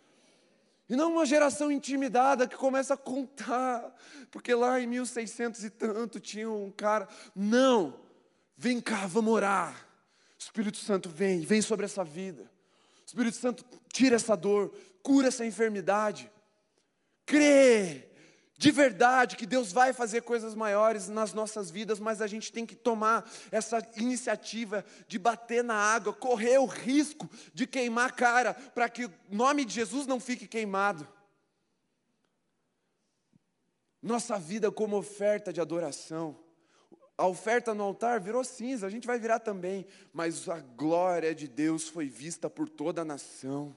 E não uma geração intimidada que começa a contar, porque lá em mil e seiscentos e tanto tinha um cara, não, vem cá, vamos orar. O Espírito Santo vem, vem sobre essa vida. O Espírito Santo tira essa dor, cura essa enfermidade. Crê, de verdade, que Deus vai fazer coisas maiores nas nossas vidas, mas a gente tem que tomar essa iniciativa de bater na água, correr o risco de queimar a cara, para que o nome de Jesus não fique queimado. Nossa vida como oferta de adoração. A oferta no altar virou cinza, a gente vai virar também, mas a glória de Deus foi vista por toda a nação.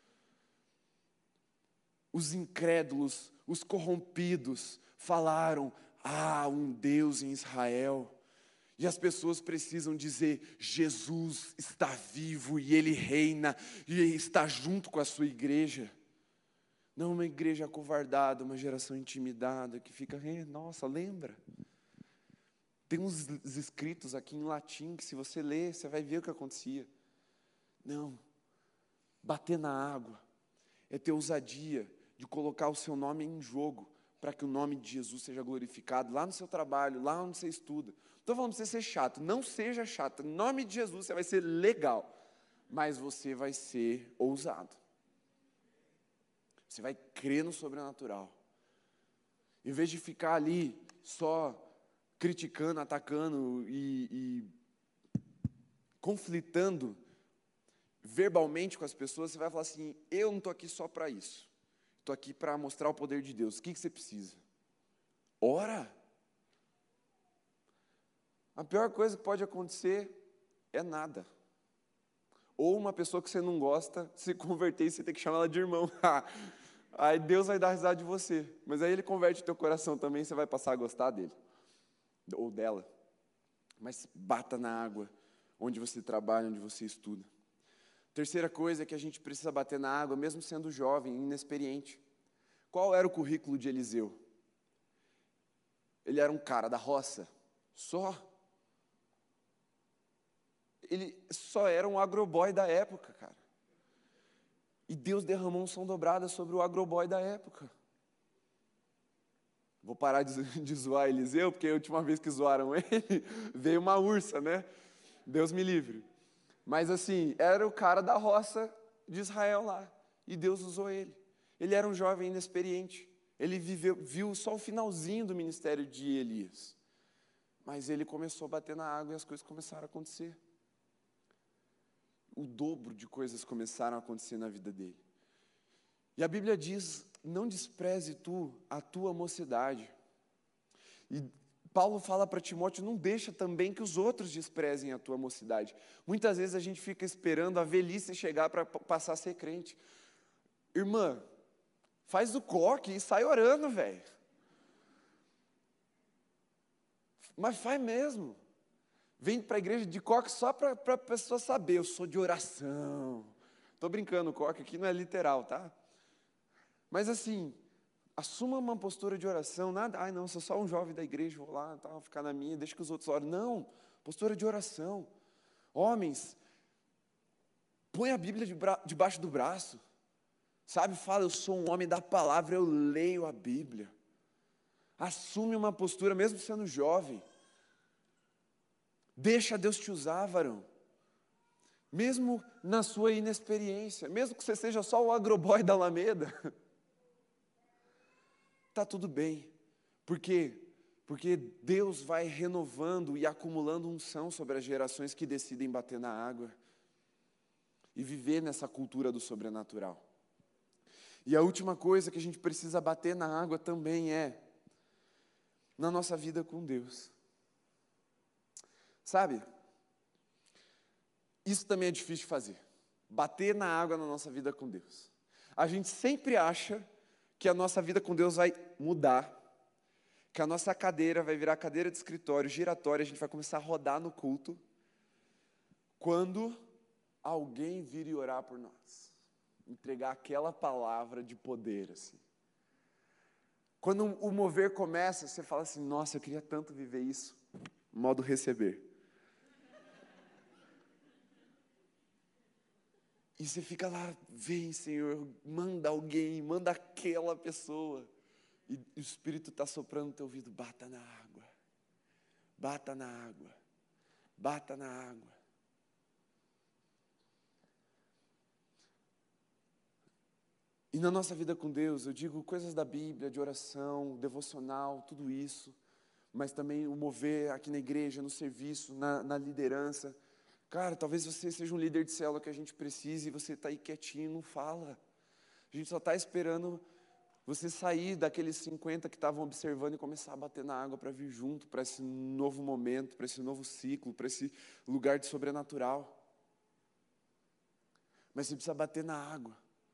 Os incrédulos, os corrompidos falaram: ah, um Deus em Israel. E as pessoas precisam dizer: Jesus está vivo e Ele reina e está junto com a sua igreja. Não uma igreja acovardada, uma geração intimidada que fica, eh, nossa, lembra? Tem uns escritos aqui em latim que se você ler, você vai ver o que acontecia. Não, bater na água é ter ousadia de colocar o seu nome em jogo, para que o nome de Jesus seja glorificado lá no seu trabalho, lá onde você estuda. Não estou falando para você ser chato, não seja chato. Em nome de Jesus você vai ser legal, mas você vai ser ousado. Você vai crer no sobrenatural. Em vez de ficar ali só criticando, atacando e, e conflitando verbalmente com as pessoas, você vai falar assim: eu não estou aqui só para isso. Estou aqui para mostrar o poder de Deus. O que, que você precisa? Ora! A pior coisa que pode acontecer é nada. Ou uma pessoa que você não gosta se converter e você tem que chamar ela de irmão. Aí Deus vai dar risada de você. Mas aí Ele converte o teu coração também e você vai passar a gostar dele. Ou dela. Mas bata na água, onde você trabalha, onde você estuda. Terceira coisa é que a gente precisa bater na água, mesmo sendo jovem, inexperiente. Qual era o currículo de Eliseu? Ele era um cara da roça, só. Ele só era um agroboy da época, cara. E Deus derramou unção dobrada sobre o agroboy da época. Vou parar de, de zoar Eliseu, porque a última vez que zoaram ele, veio uma ursa, né? Deus me livre. Mas assim, era o cara da roça de Israel lá. E Deus usou ele. Ele era um jovem inexperiente. Ele viveu, viu só o finalzinho do ministério de Elias. Mas ele começou a bater na água e as coisas começaram a acontecer. O dobro de coisas começaram a acontecer na vida dele. E a Bíblia diz: não despreze tu a tua mocidade. E Paulo fala para Timóteo: não deixa também que os outros desprezem a tua mocidade. Muitas vezes a gente fica esperando a velhice chegar para passar a ser crente. Irmã, faz o coque e sai orando, velho. Mas faz mesmo. Vem para a igreja de coque só para a pessoa saber: eu sou de oração. Estou brincando, o coque aqui não é literal, tá? Mas assim, assuma uma postura de oração. Nada, ai não, sou só um jovem da igreja, vou lá, tá, vou ficar na minha, deixa que os outros orem. Não, postura de oração. Homens, põe a Bíblia debaixo do braço. Sabe, fala: eu sou um homem da palavra, eu leio a Bíblia. Assume uma postura, mesmo sendo jovem. Deixa Deus te usar, varão. Mesmo na sua inexperiência, mesmo que você seja só o agroboy da Alameda, está tudo bem. Por quê? Porque Deus vai renovando e acumulando unção sobre as gerações que decidem bater na água e viver nessa cultura do sobrenatural. E a última coisa que a gente precisa bater na água também é na nossa vida com Deus. Sabe? Isso também é difícil de fazer. Bater na água na nossa vida com Deus. A gente sempre acha que a nossa vida com Deus vai mudar, que a nossa cadeira vai virar cadeira de escritório giratória, a gente vai começar a rodar no culto, quando alguém vir e orar por nós. Entregar aquela palavra de poder, assim. Quando o mover começa, você fala assim: nossa, eu queria tanto viver isso. Modo receber. E você fica lá: vem, Senhor, manda alguém, manda aquela pessoa. E o Espírito está soprando no teu ouvido: bata na água, bata na água, bata na água. E na nossa vida com Deus, eu digo coisas da Bíblia, de oração, devocional, tudo isso, mas também o mover aqui na igreja, no serviço, na, na liderança. Cara, talvez você seja um líder de célula que a gente precise e você está aí quietinho, não fala. A gente só está esperando você sair daqueles cinquenta que estavam observando e começar a bater na água para vir junto, para esse novo momento, para esse novo ciclo, para esse lugar de sobrenatural. Mas você precisa bater na água.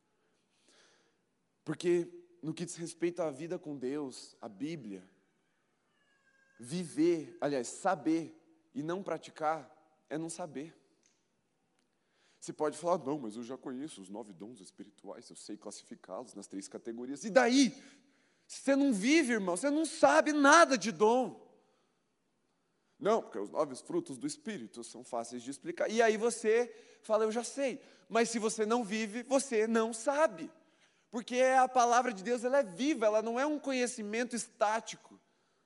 Porque no que diz respeito à vida com Deus, a Bíblia, viver, aliás, saber e não praticar é não saber. Você pode falar, não, mas eu já conheço os nove dons espirituais, eu sei classificá-los nas três categorias. E daí? Se você não vive, irmão, você não sabe nada de dom. Não, porque os nove frutos do Espírito são fáceis de explicar. E aí você fala, eu já sei. Mas se você não vive, você não sabe. Porque a palavra de Deus, ela é viva, ela não é um conhecimento estático.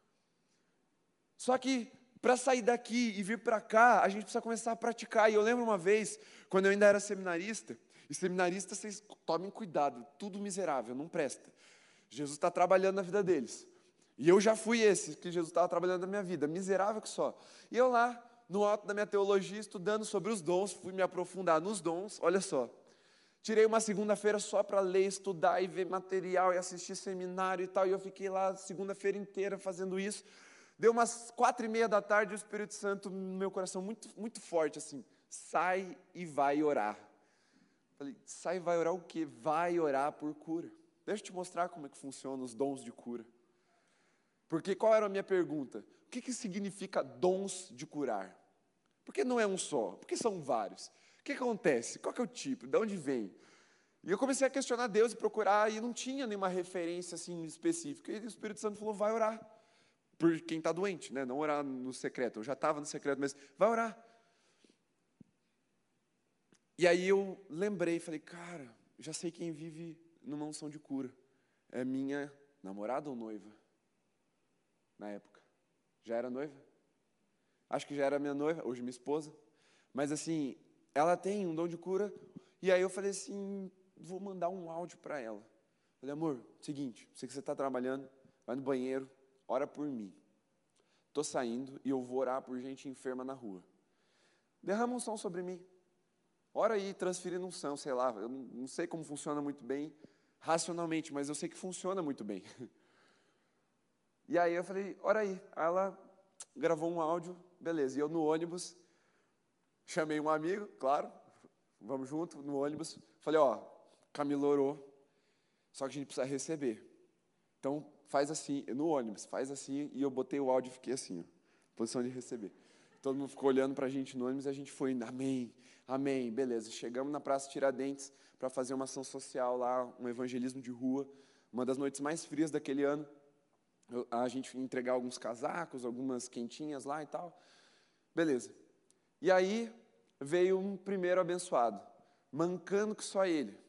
Só que, para sair daqui e vir para cá, a gente precisa começar a praticar. E eu lembro uma vez, quando eu ainda era seminarista, e seminarista, vocês tomem cuidado, tudo miserável, não presta. Jesus está trabalhando na vida deles. E eu já fui esse, que Jesus estava trabalhando na minha vida, miserável que só. E eu lá, no alto da minha teologia, estudando sobre os dons, fui me aprofundar nos dons, olha só. Tirei uma segunda-feira só para ler, estudar e ver material e assistir seminário e tal. E eu fiquei lá segunda-feira inteira fazendo isso. Deu umas quatro e meia da tarde, o Espírito Santo no meu coração muito, muito forte, assim, sai e vai orar. Falei, sai e vai orar o quê? Vai orar por cura. Deixa eu te mostrar como é que funcionam os dons de cura. Porque qual era a minha pergunta? O que, que significa dons de curar? Por que não é um só? Por que são vários? O que acontece? Qual que é o tipo? De onde vem? E eu comecei a questionar Deus e procurar, e não tinha nenhuma referência assim específica. E o Espírito Santo falou, vai orar. Por quem está doente, né? Não orar no secreto. Eu já estava no secreto, mas vai orar. E aí eu lembrei, falei, cara, já sei quem vive numa unção de cura. É minha namorada ou noiva? Na época. Já era noiva? Acho que já era minha noiva, hoje minha esposa. Mas assim, ela tem um dom de cura. E aí eu falei assim, vou mandar um áudio para ela. Falei, amor, seguinte, sei que você está trabalhando, vai no banheiro, ora por mim. Estou saindo e eu vou orar por gente enferma na rua. Derrama unção sobre mim. Ora aí, transferindo unção, sei lá. Eu não sei como funciona muito bem racionalmente, mas eu sei que funciona muito bem. E aí eu falei, ora aí. Aí ela gravou um áudio, beleza. E eu no ônibus, chamei um amigo, claro, vamos junto, no ônibus. Falei, ó, Camila orou, só que a gente precisa receber. Então, faz assim, no ônibus, faz assim, e eu botei o áudio e fiquei assim, ó, posição de receber. Todo mundo ficou olhando para a gente no ônibus e a gente foi indo, amém, amém, beleza. Chegamos na Praça Tiradentes para fazer uma ação social lá, um evangelismo de rua, uma das noites mais frias daquele ano. Eu, a gente ia entregar alguns casacos, algumas quentinhas lá e tal. Beleza. E aí veio um primeiro abençoado, mancando que só ele.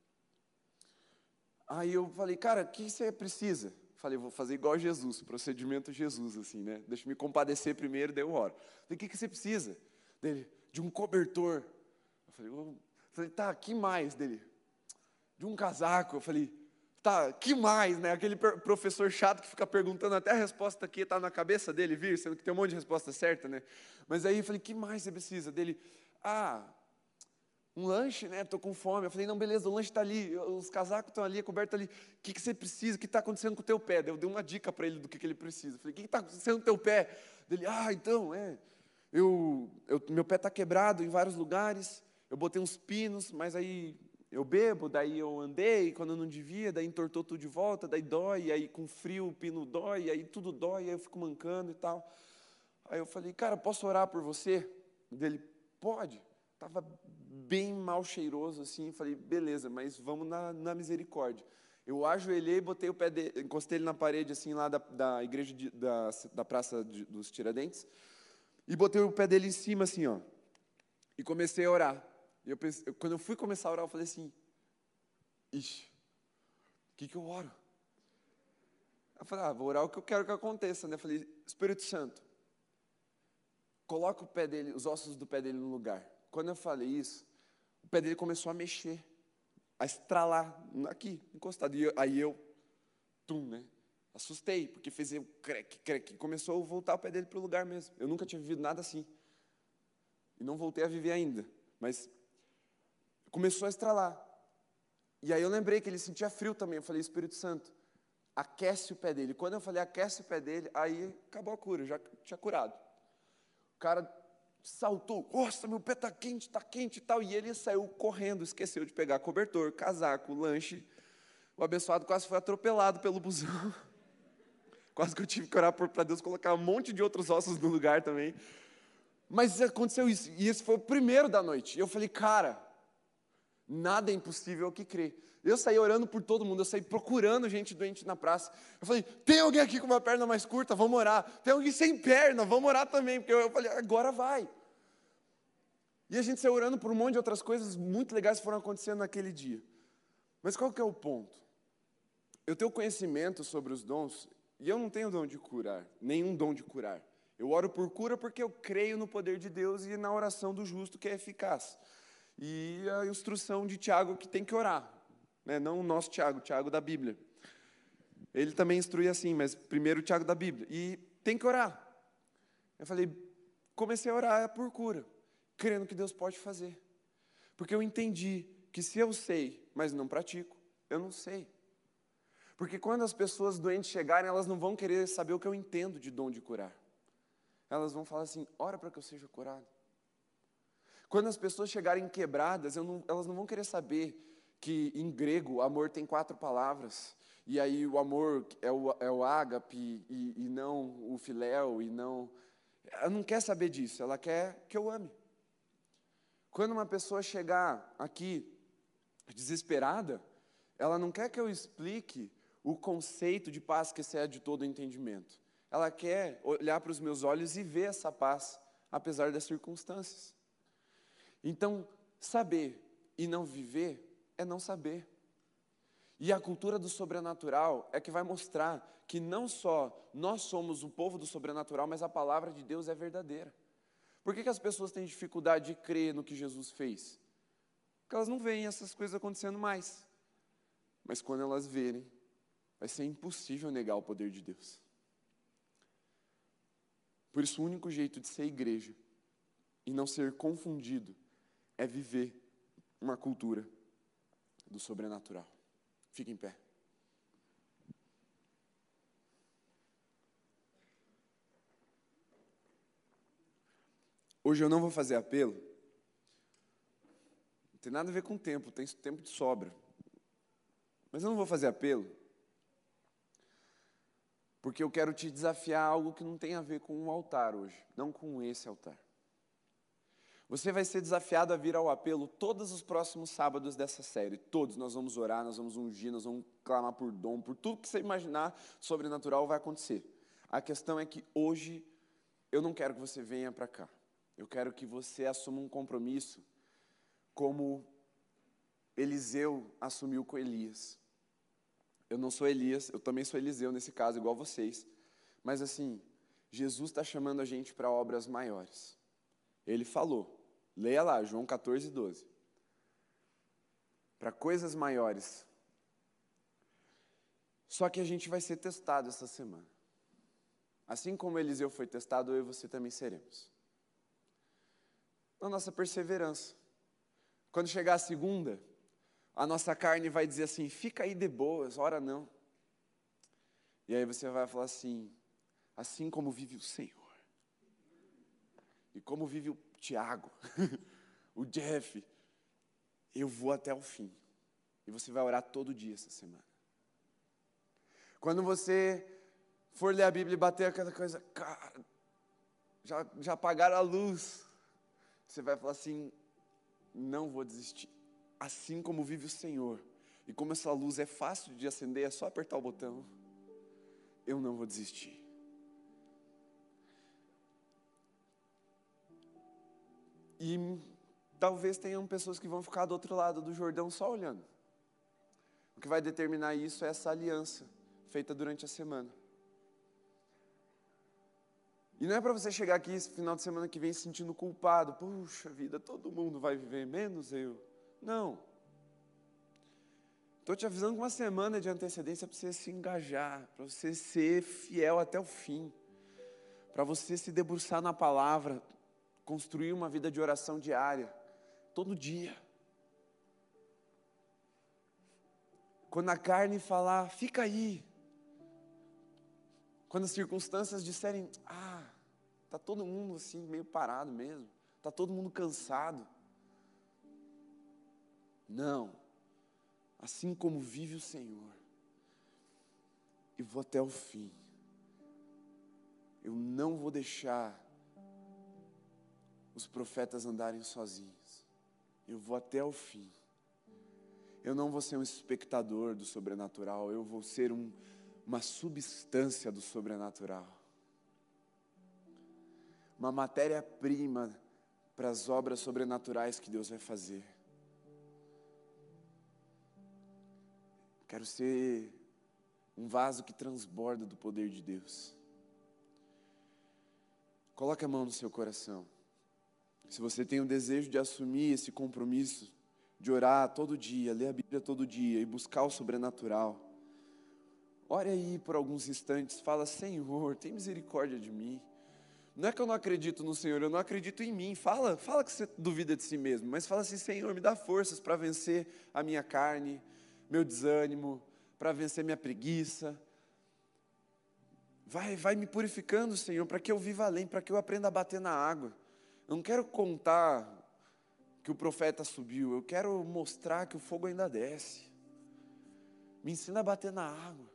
Aí eu falei, cara, o que você precisa? Falei, vou fazer igual Jesus, procedimento Jesus, assim, né? Deixa eu me compadecer primeiro, daí eu oro. Falei, o que, que você precisa? Dele, de um cobertor. Eu falei, oh. falei, tá, que mais? Dele, de um casaco. Eu falei, tá, que mais, né? Aquele professor chato que fica perguntando até a resposta que está na cabeça dele vir, sendo que tem um monte de resposta certa, né? Mas aí eu falei, que mais você precisa? Dele, ah... um lanche, né? Estou com fome. Eu falei, não, beleza, o lanche está ali, os casacos estão ali, a coberta está ali. O que, que você precisa? O que está acontecendo com o teu pé? Eu dei uma dica para ele do que, que ele precisa. Eu falei, o que está acontecendo com o teu pé? Ele, ah, então, é, eu, eu, meu pé está quebrado em vários lugares, eu botei uns pinos, mas aí eu bebo, daí eu andei, quando eu não devia, daí entortou tudo de volta, daí dói, aí com frio o pino dói, aí tudo dói, aí eu fico mancando e tal. Aí eu falei, cara, posso orar por você? Ele, pode. Estava bem mal cheiroso, assim, falei, beleza, mas vamos na, na misericórdia. Eu ajoelhei, botei o pé dele, encostei ele na parede, assim, lá da, da igreja, de, da, da Praça de, dos Tiradentes, e botei o pé dele em cima, assim, ó, e comecei a orar. E eu pensei, quando eu fui começar a orar, eu falei assim, ixi, o que que eu oro? Eu falei, ah, vou orar o que eu quero que aconteça, né? Eu falei, Espírito Santo, coloca o pé dele, os ossos do pé dele no lugar. Quando eu falei isso, o pé dele começou a mexer. a estralar aqui, encostado. E eu, aí eu, tum, né? Assustei, porque fez o creque, creque. Começou a voltar o pé dele para o lugar mesmo. Eu nunca tinha vivido nada assim. E não voltei a viver ainda. Mas começou a estralar. E aí eu lembrei que ele sentia frio também. Eu falei, Espírito Santo, aquece o pé dele. Quando eu falei, aquece o pé dele, aí acabou a cura, já tinha curado. O cara saltou, nossa, meu pé está quente, está quente e tal. E ele saiu correndo, esqueceu de pegar cobertor, casaco, lanche. O abençoado quase foi atropelado pelo busão. Quase que eu tive que orar para Deus colocar um monte de outros ossos no lugar também. Mas aconteceu isso, e esse foi o primeiro da noite. E eu falei, cara, nada é impossível ao que crê. Eu saí orando por todo mundo, eu saí procurando gente doente na praça. Eu falei, tem alguém aqui com uma perna mais curta? Vamos orar. Tem alguém sem perna? Vamos orar também. Porque eu falei, agora vai. E a gente saiu orando por um monte de outras coisas muito legais que foram acontecendo naquele dia. Mas qual que é o ponto? Eu tenho conhecimento sobre os dons, e eu não tenho dom de curar, nenhum dom de curar. Eu oro por cura porque eu creio no poder de Deus e na oração do justo que é eficaz. E a instrução de Tiago que tem que orar, né? Não o nosso Tiago, o Tiago da Bíblia. Ele também instrui assim, mas primeiro o Tiago da Bíblia. E tem que orar. Eu falei, comecei a orar por cura, crendo que Deus pode fazer. Porque eu entendi que se eu sei, mas não pratico, eu não sei. Porque quando as pessoas doentes chegarem, elas não vão querer saber o que eu entendo de dom de curar. Elas vão falar assim, ora para que eu seja curado. Quando as pessoas chegarem quebradas, eu não, elas não vão querer saber que em grego o amor tem quatro palavras. E aí o amor é o, é o ágape e, e não o filéu e não... Ela não quer saber disso, ela quer que eu ame. Quando uma pessoa chegar aqui desesperada, ela não quer que eu explique o conceito de paz que excede todo o entendimento. Ela quer olhar para os meus olhos e ver essa paz, apesar das circunstâncias. Então, saber e não viver é não saber. E a cultura do sobrenatural é que vai mostrar que não só nós somos o povo do sobrenatural, mas a palavra de Deus é verdadeira. Por que que as pessoas têm dificuldade de crer no que Jesus fez? Porque elas não veem essas coisas acontecendo mais. Mas quando elas verem, vai ser impossível negar o poder de Deus. Por isso, o único jeito de ser igreja e não ser confundido é viver uma cultura do sobrenatural. Fique em pé. Hoje eu não vou fazer apelo. Não tem nada a ver com tempo, tem tempo de sobra. Mas eu não vou fazer apelo, porque eu quero te desafiar a algo que não tem a ver com um altar hoje, não com esse altar. Você vai ser desafiado a vir ao apelo todos os próximos sábados dessa série. Todos, nós vamos orar, nós vamos ungir, nós vamos clamar por dom, por tudo que você imaginar sobrenatural vai acontecer. A questão é que hoje eu não quero que você venha para cá. Eu quero que você assuma um compromisso como Eliseu assumiu com Elias. Eu não sou Elias, eu também sou Eliseu nesse caso, igual vocês. Mas assim, Jesus está chamando a gente para obras maiores. Ele falou, leia lá, João quatorze, doze. Para coisas maiores. Só que a gente vai ser testado essa semana. Assim como Eliseu foi testado, eu e você também seremos. Na nossa perseverança. Quando chegar a segunda, a nossa carne vai dizer assim, fica aí de boas, ora não. E aí você vai falar assim, assim como vive o Senhor. E como vive o Tiago, o Jeff, eu vou até o fim. E você vai orar todo dia essa semana. Quando você for ler a Bíblia e bater aquela coisa, cara, já, já apagaram a luz. Você vai falar assim, não vou desistir. Assim como vive o Senhor. E como essa luz é fácil de acender, é só apertar o botão. Eu não vou desistir. E talvez tenham pessoas que vão ficar do outro lado do Jordão só olhando. O que vai determinar isso é essa aliança feita durante a semana. E não é para você chegar aqui esse final de semana que vem se sentindo culpado. Puxa vida, todo mundo vai viver, menos eu. Não. Estou te avisando com uma semana de antecedência para você se engajar, para você ser fiel até o fim, para você se debruçar na palavra, construir uma vida de oração diária, todo dia. Quando a carne falar, fica aí. Quando as circunstâncias disserem, ah, está todo mundo assim, meio parado mesmo, está todo mundo cansado. Não, assim como vive o Senhor, e vou até o fim. Eu não vou deixar os profetas andarem sozinhos. Eu vou até o fim. Eu não vou ser um espectador do sobrenatural, eu vou ser um, uma substância do sobrenatural. Uma matéria-prima para as obras sobrenaturais que Deus vai fazer. Quero ser um vaso que transborda do poder de Deus. Coloque a mão no seu coração. Se você tem o desejo de assumir esse compromisso, de orar todo dia, ler a Bíblia todo dia e buscar o sobrenatural, ore aí por alguns instantes, fala, Senhor, tem misericórdia de mim. Não é que eu não acredito no Senhor, eu não acredito em mim. Fala, fala que você duvida de si mesmo, mas fala assim, Senhor, me dá forças para vencer a minha carne, meu desânimo, para vencer minha preguiça. Vai, vai me purificando, Senhor, para que eu viva além, para que eu aprenda a bater na água. Eu não quero contar que o profeta subiu, eu quero mostrar que o fogo ainda desce. Me ensina a bater na água.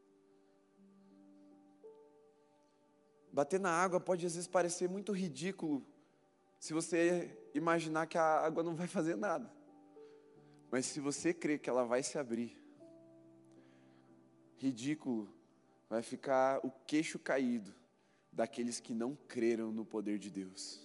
Bater na água pode às vezes parecer muito ridículo, se você imaginar que a água não vai fazer nada. Mas se você crer que ela vai se abrir, ridículo vai ficar o queixo caído daqueles que não creram no poder de Deus.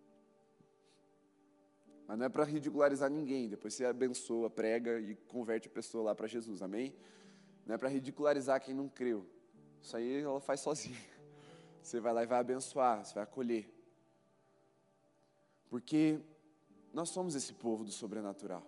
Mas não é para ridicularizar ninguém, depois você abençoa, prega e converte a pessoa lá para Jesus, amém? Não é para ridicularizar quem não creu, isso aí ela faz sozinha. Você vai lá e vai abençoar, você vai acolher. Porque nós somos esse povo do sobrenatural.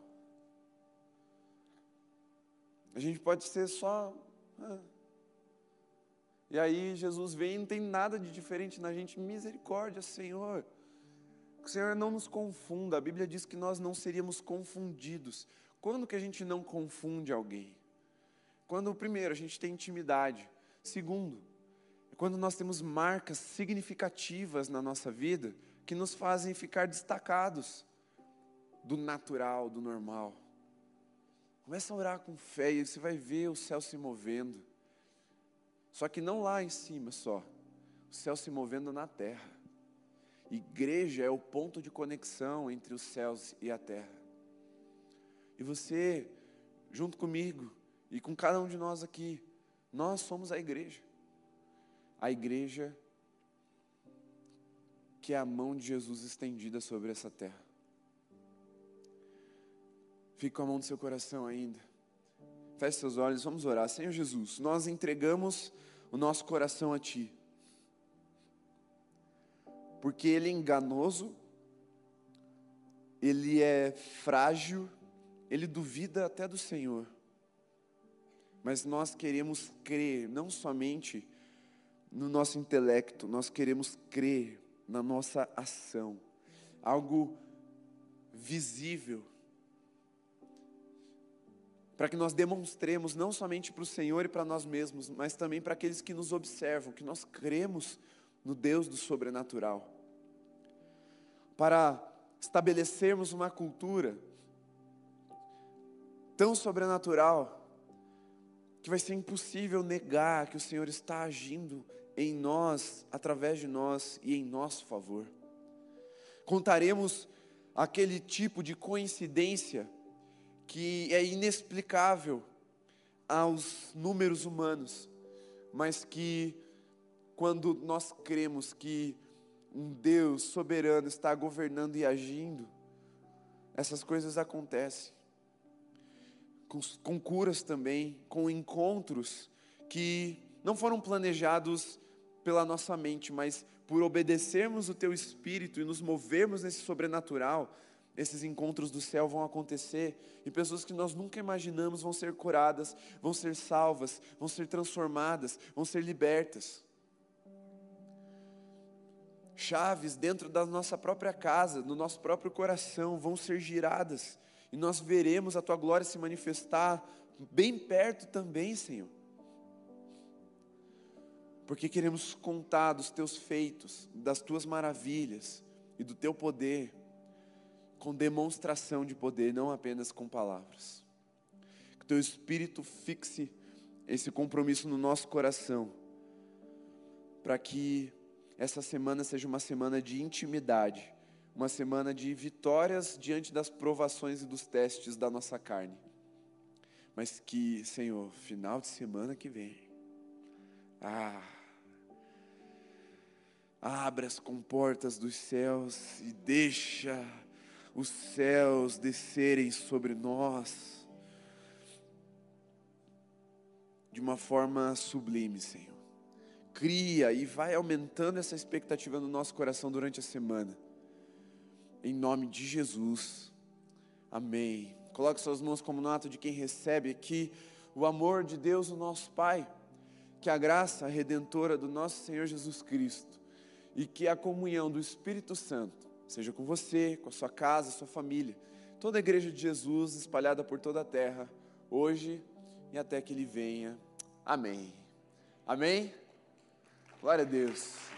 A gente pode ser só... Ah. E aí Jesus vem e não tem nada de diferente na gente. Misericórdia, Senhor. Que o Senhor não nos confunda. A Bíblia diz que nós não seríamos confundidos. Quando que a gente não confunde alguém? Quando, primeiro, a gente tem intimidade. Segundo, quando nós temos marcas significativas na nossa vida que nos fazem ficar destacados do natural, do normal. Começa a orar com fé e você vai ver o céu se movendo. Só que não lá em cima só, o céu se movendo na terra. Igreja é o ponto de conexão entre os céus e a terra. E você, junto comigo e com cada um de nós aqui, nós somos a igreja. A igreja que é a mão de Jesus estendida sobre essa terra. Fique com a mão no seu coração ainda. Feche seus olhos, vamos orar. Senhor Jesus, nós entregamos o nosso coração a Ti. Porque ele é enganoso, ele é frágil, ele duvida até do Senhor. Mas nós queremos crer, não somente no nosso intelecto, nós queremos crer na nossa ação. Algo visível. Para que nós demonstremos não somente para o Senhor e para nós mesmos, mas também para aqueles que nos observam, que nós cremos no Deus do sobrenatural. Para estabelecermos uma cultura tão sobrenatural, que vai ser impossível negar que o Senhor está agindo em nós, através de nós e em nosso favor. Contaremos aquele tipo de coincidência que é inexplicável aos números humanos, mas que quando nós cremos que um Deus soberano está governando e agindo, essas coisas acontecem. Com, com curas também, com encontros que não foram planejados pela nossa mente, mas por obedecermos o Teu Espírito e nos movermos nesse sobrenatural, esses encontros do céu vão acontecer e pessoas que nós nunca imaginamos vão ser curadas, vão ser salvas, vão ser transformadas, vão ser libertas. Chaves dentro da nossa própria casa, no nosso próprio coração, vão ser giradas e nós veremos a Tua glória se manifestar bem perto também, Senhor. Porque queremos contar dos Teus feitos, das Tuas maravilhas e do Teu poder, com demonstração de poder, não apenas com palavras. Que Teu Espírito fixe esse compromisso no nosso coração, para que essa semana seja uma semana de intimidade, uma semana de vitórias diante das provações e dos testes da nossa carne. Mas que, Senhor, final de semana que vem, ah, abre as comportas dos céus e deixa os céus descerem sobre nós de uma forma sublime, Senhor. Cria e vai aumentando essa expectativa no nosso coração durante a semana. Em nome de Jesus. Amém. Coloque suas mãos como no ato de quem recebe aqui o amor de Deus, o nosso Pai. Que a graça redentora do nosso Senhor Jesus Cristo e que a comunhão do Espírito Santo seja com você, com a sua casa, sua família, toda a igreja de Jesus espalhada por toda a terra, hoje e até que Ele venha. Amém. Amém? Glória a Deus.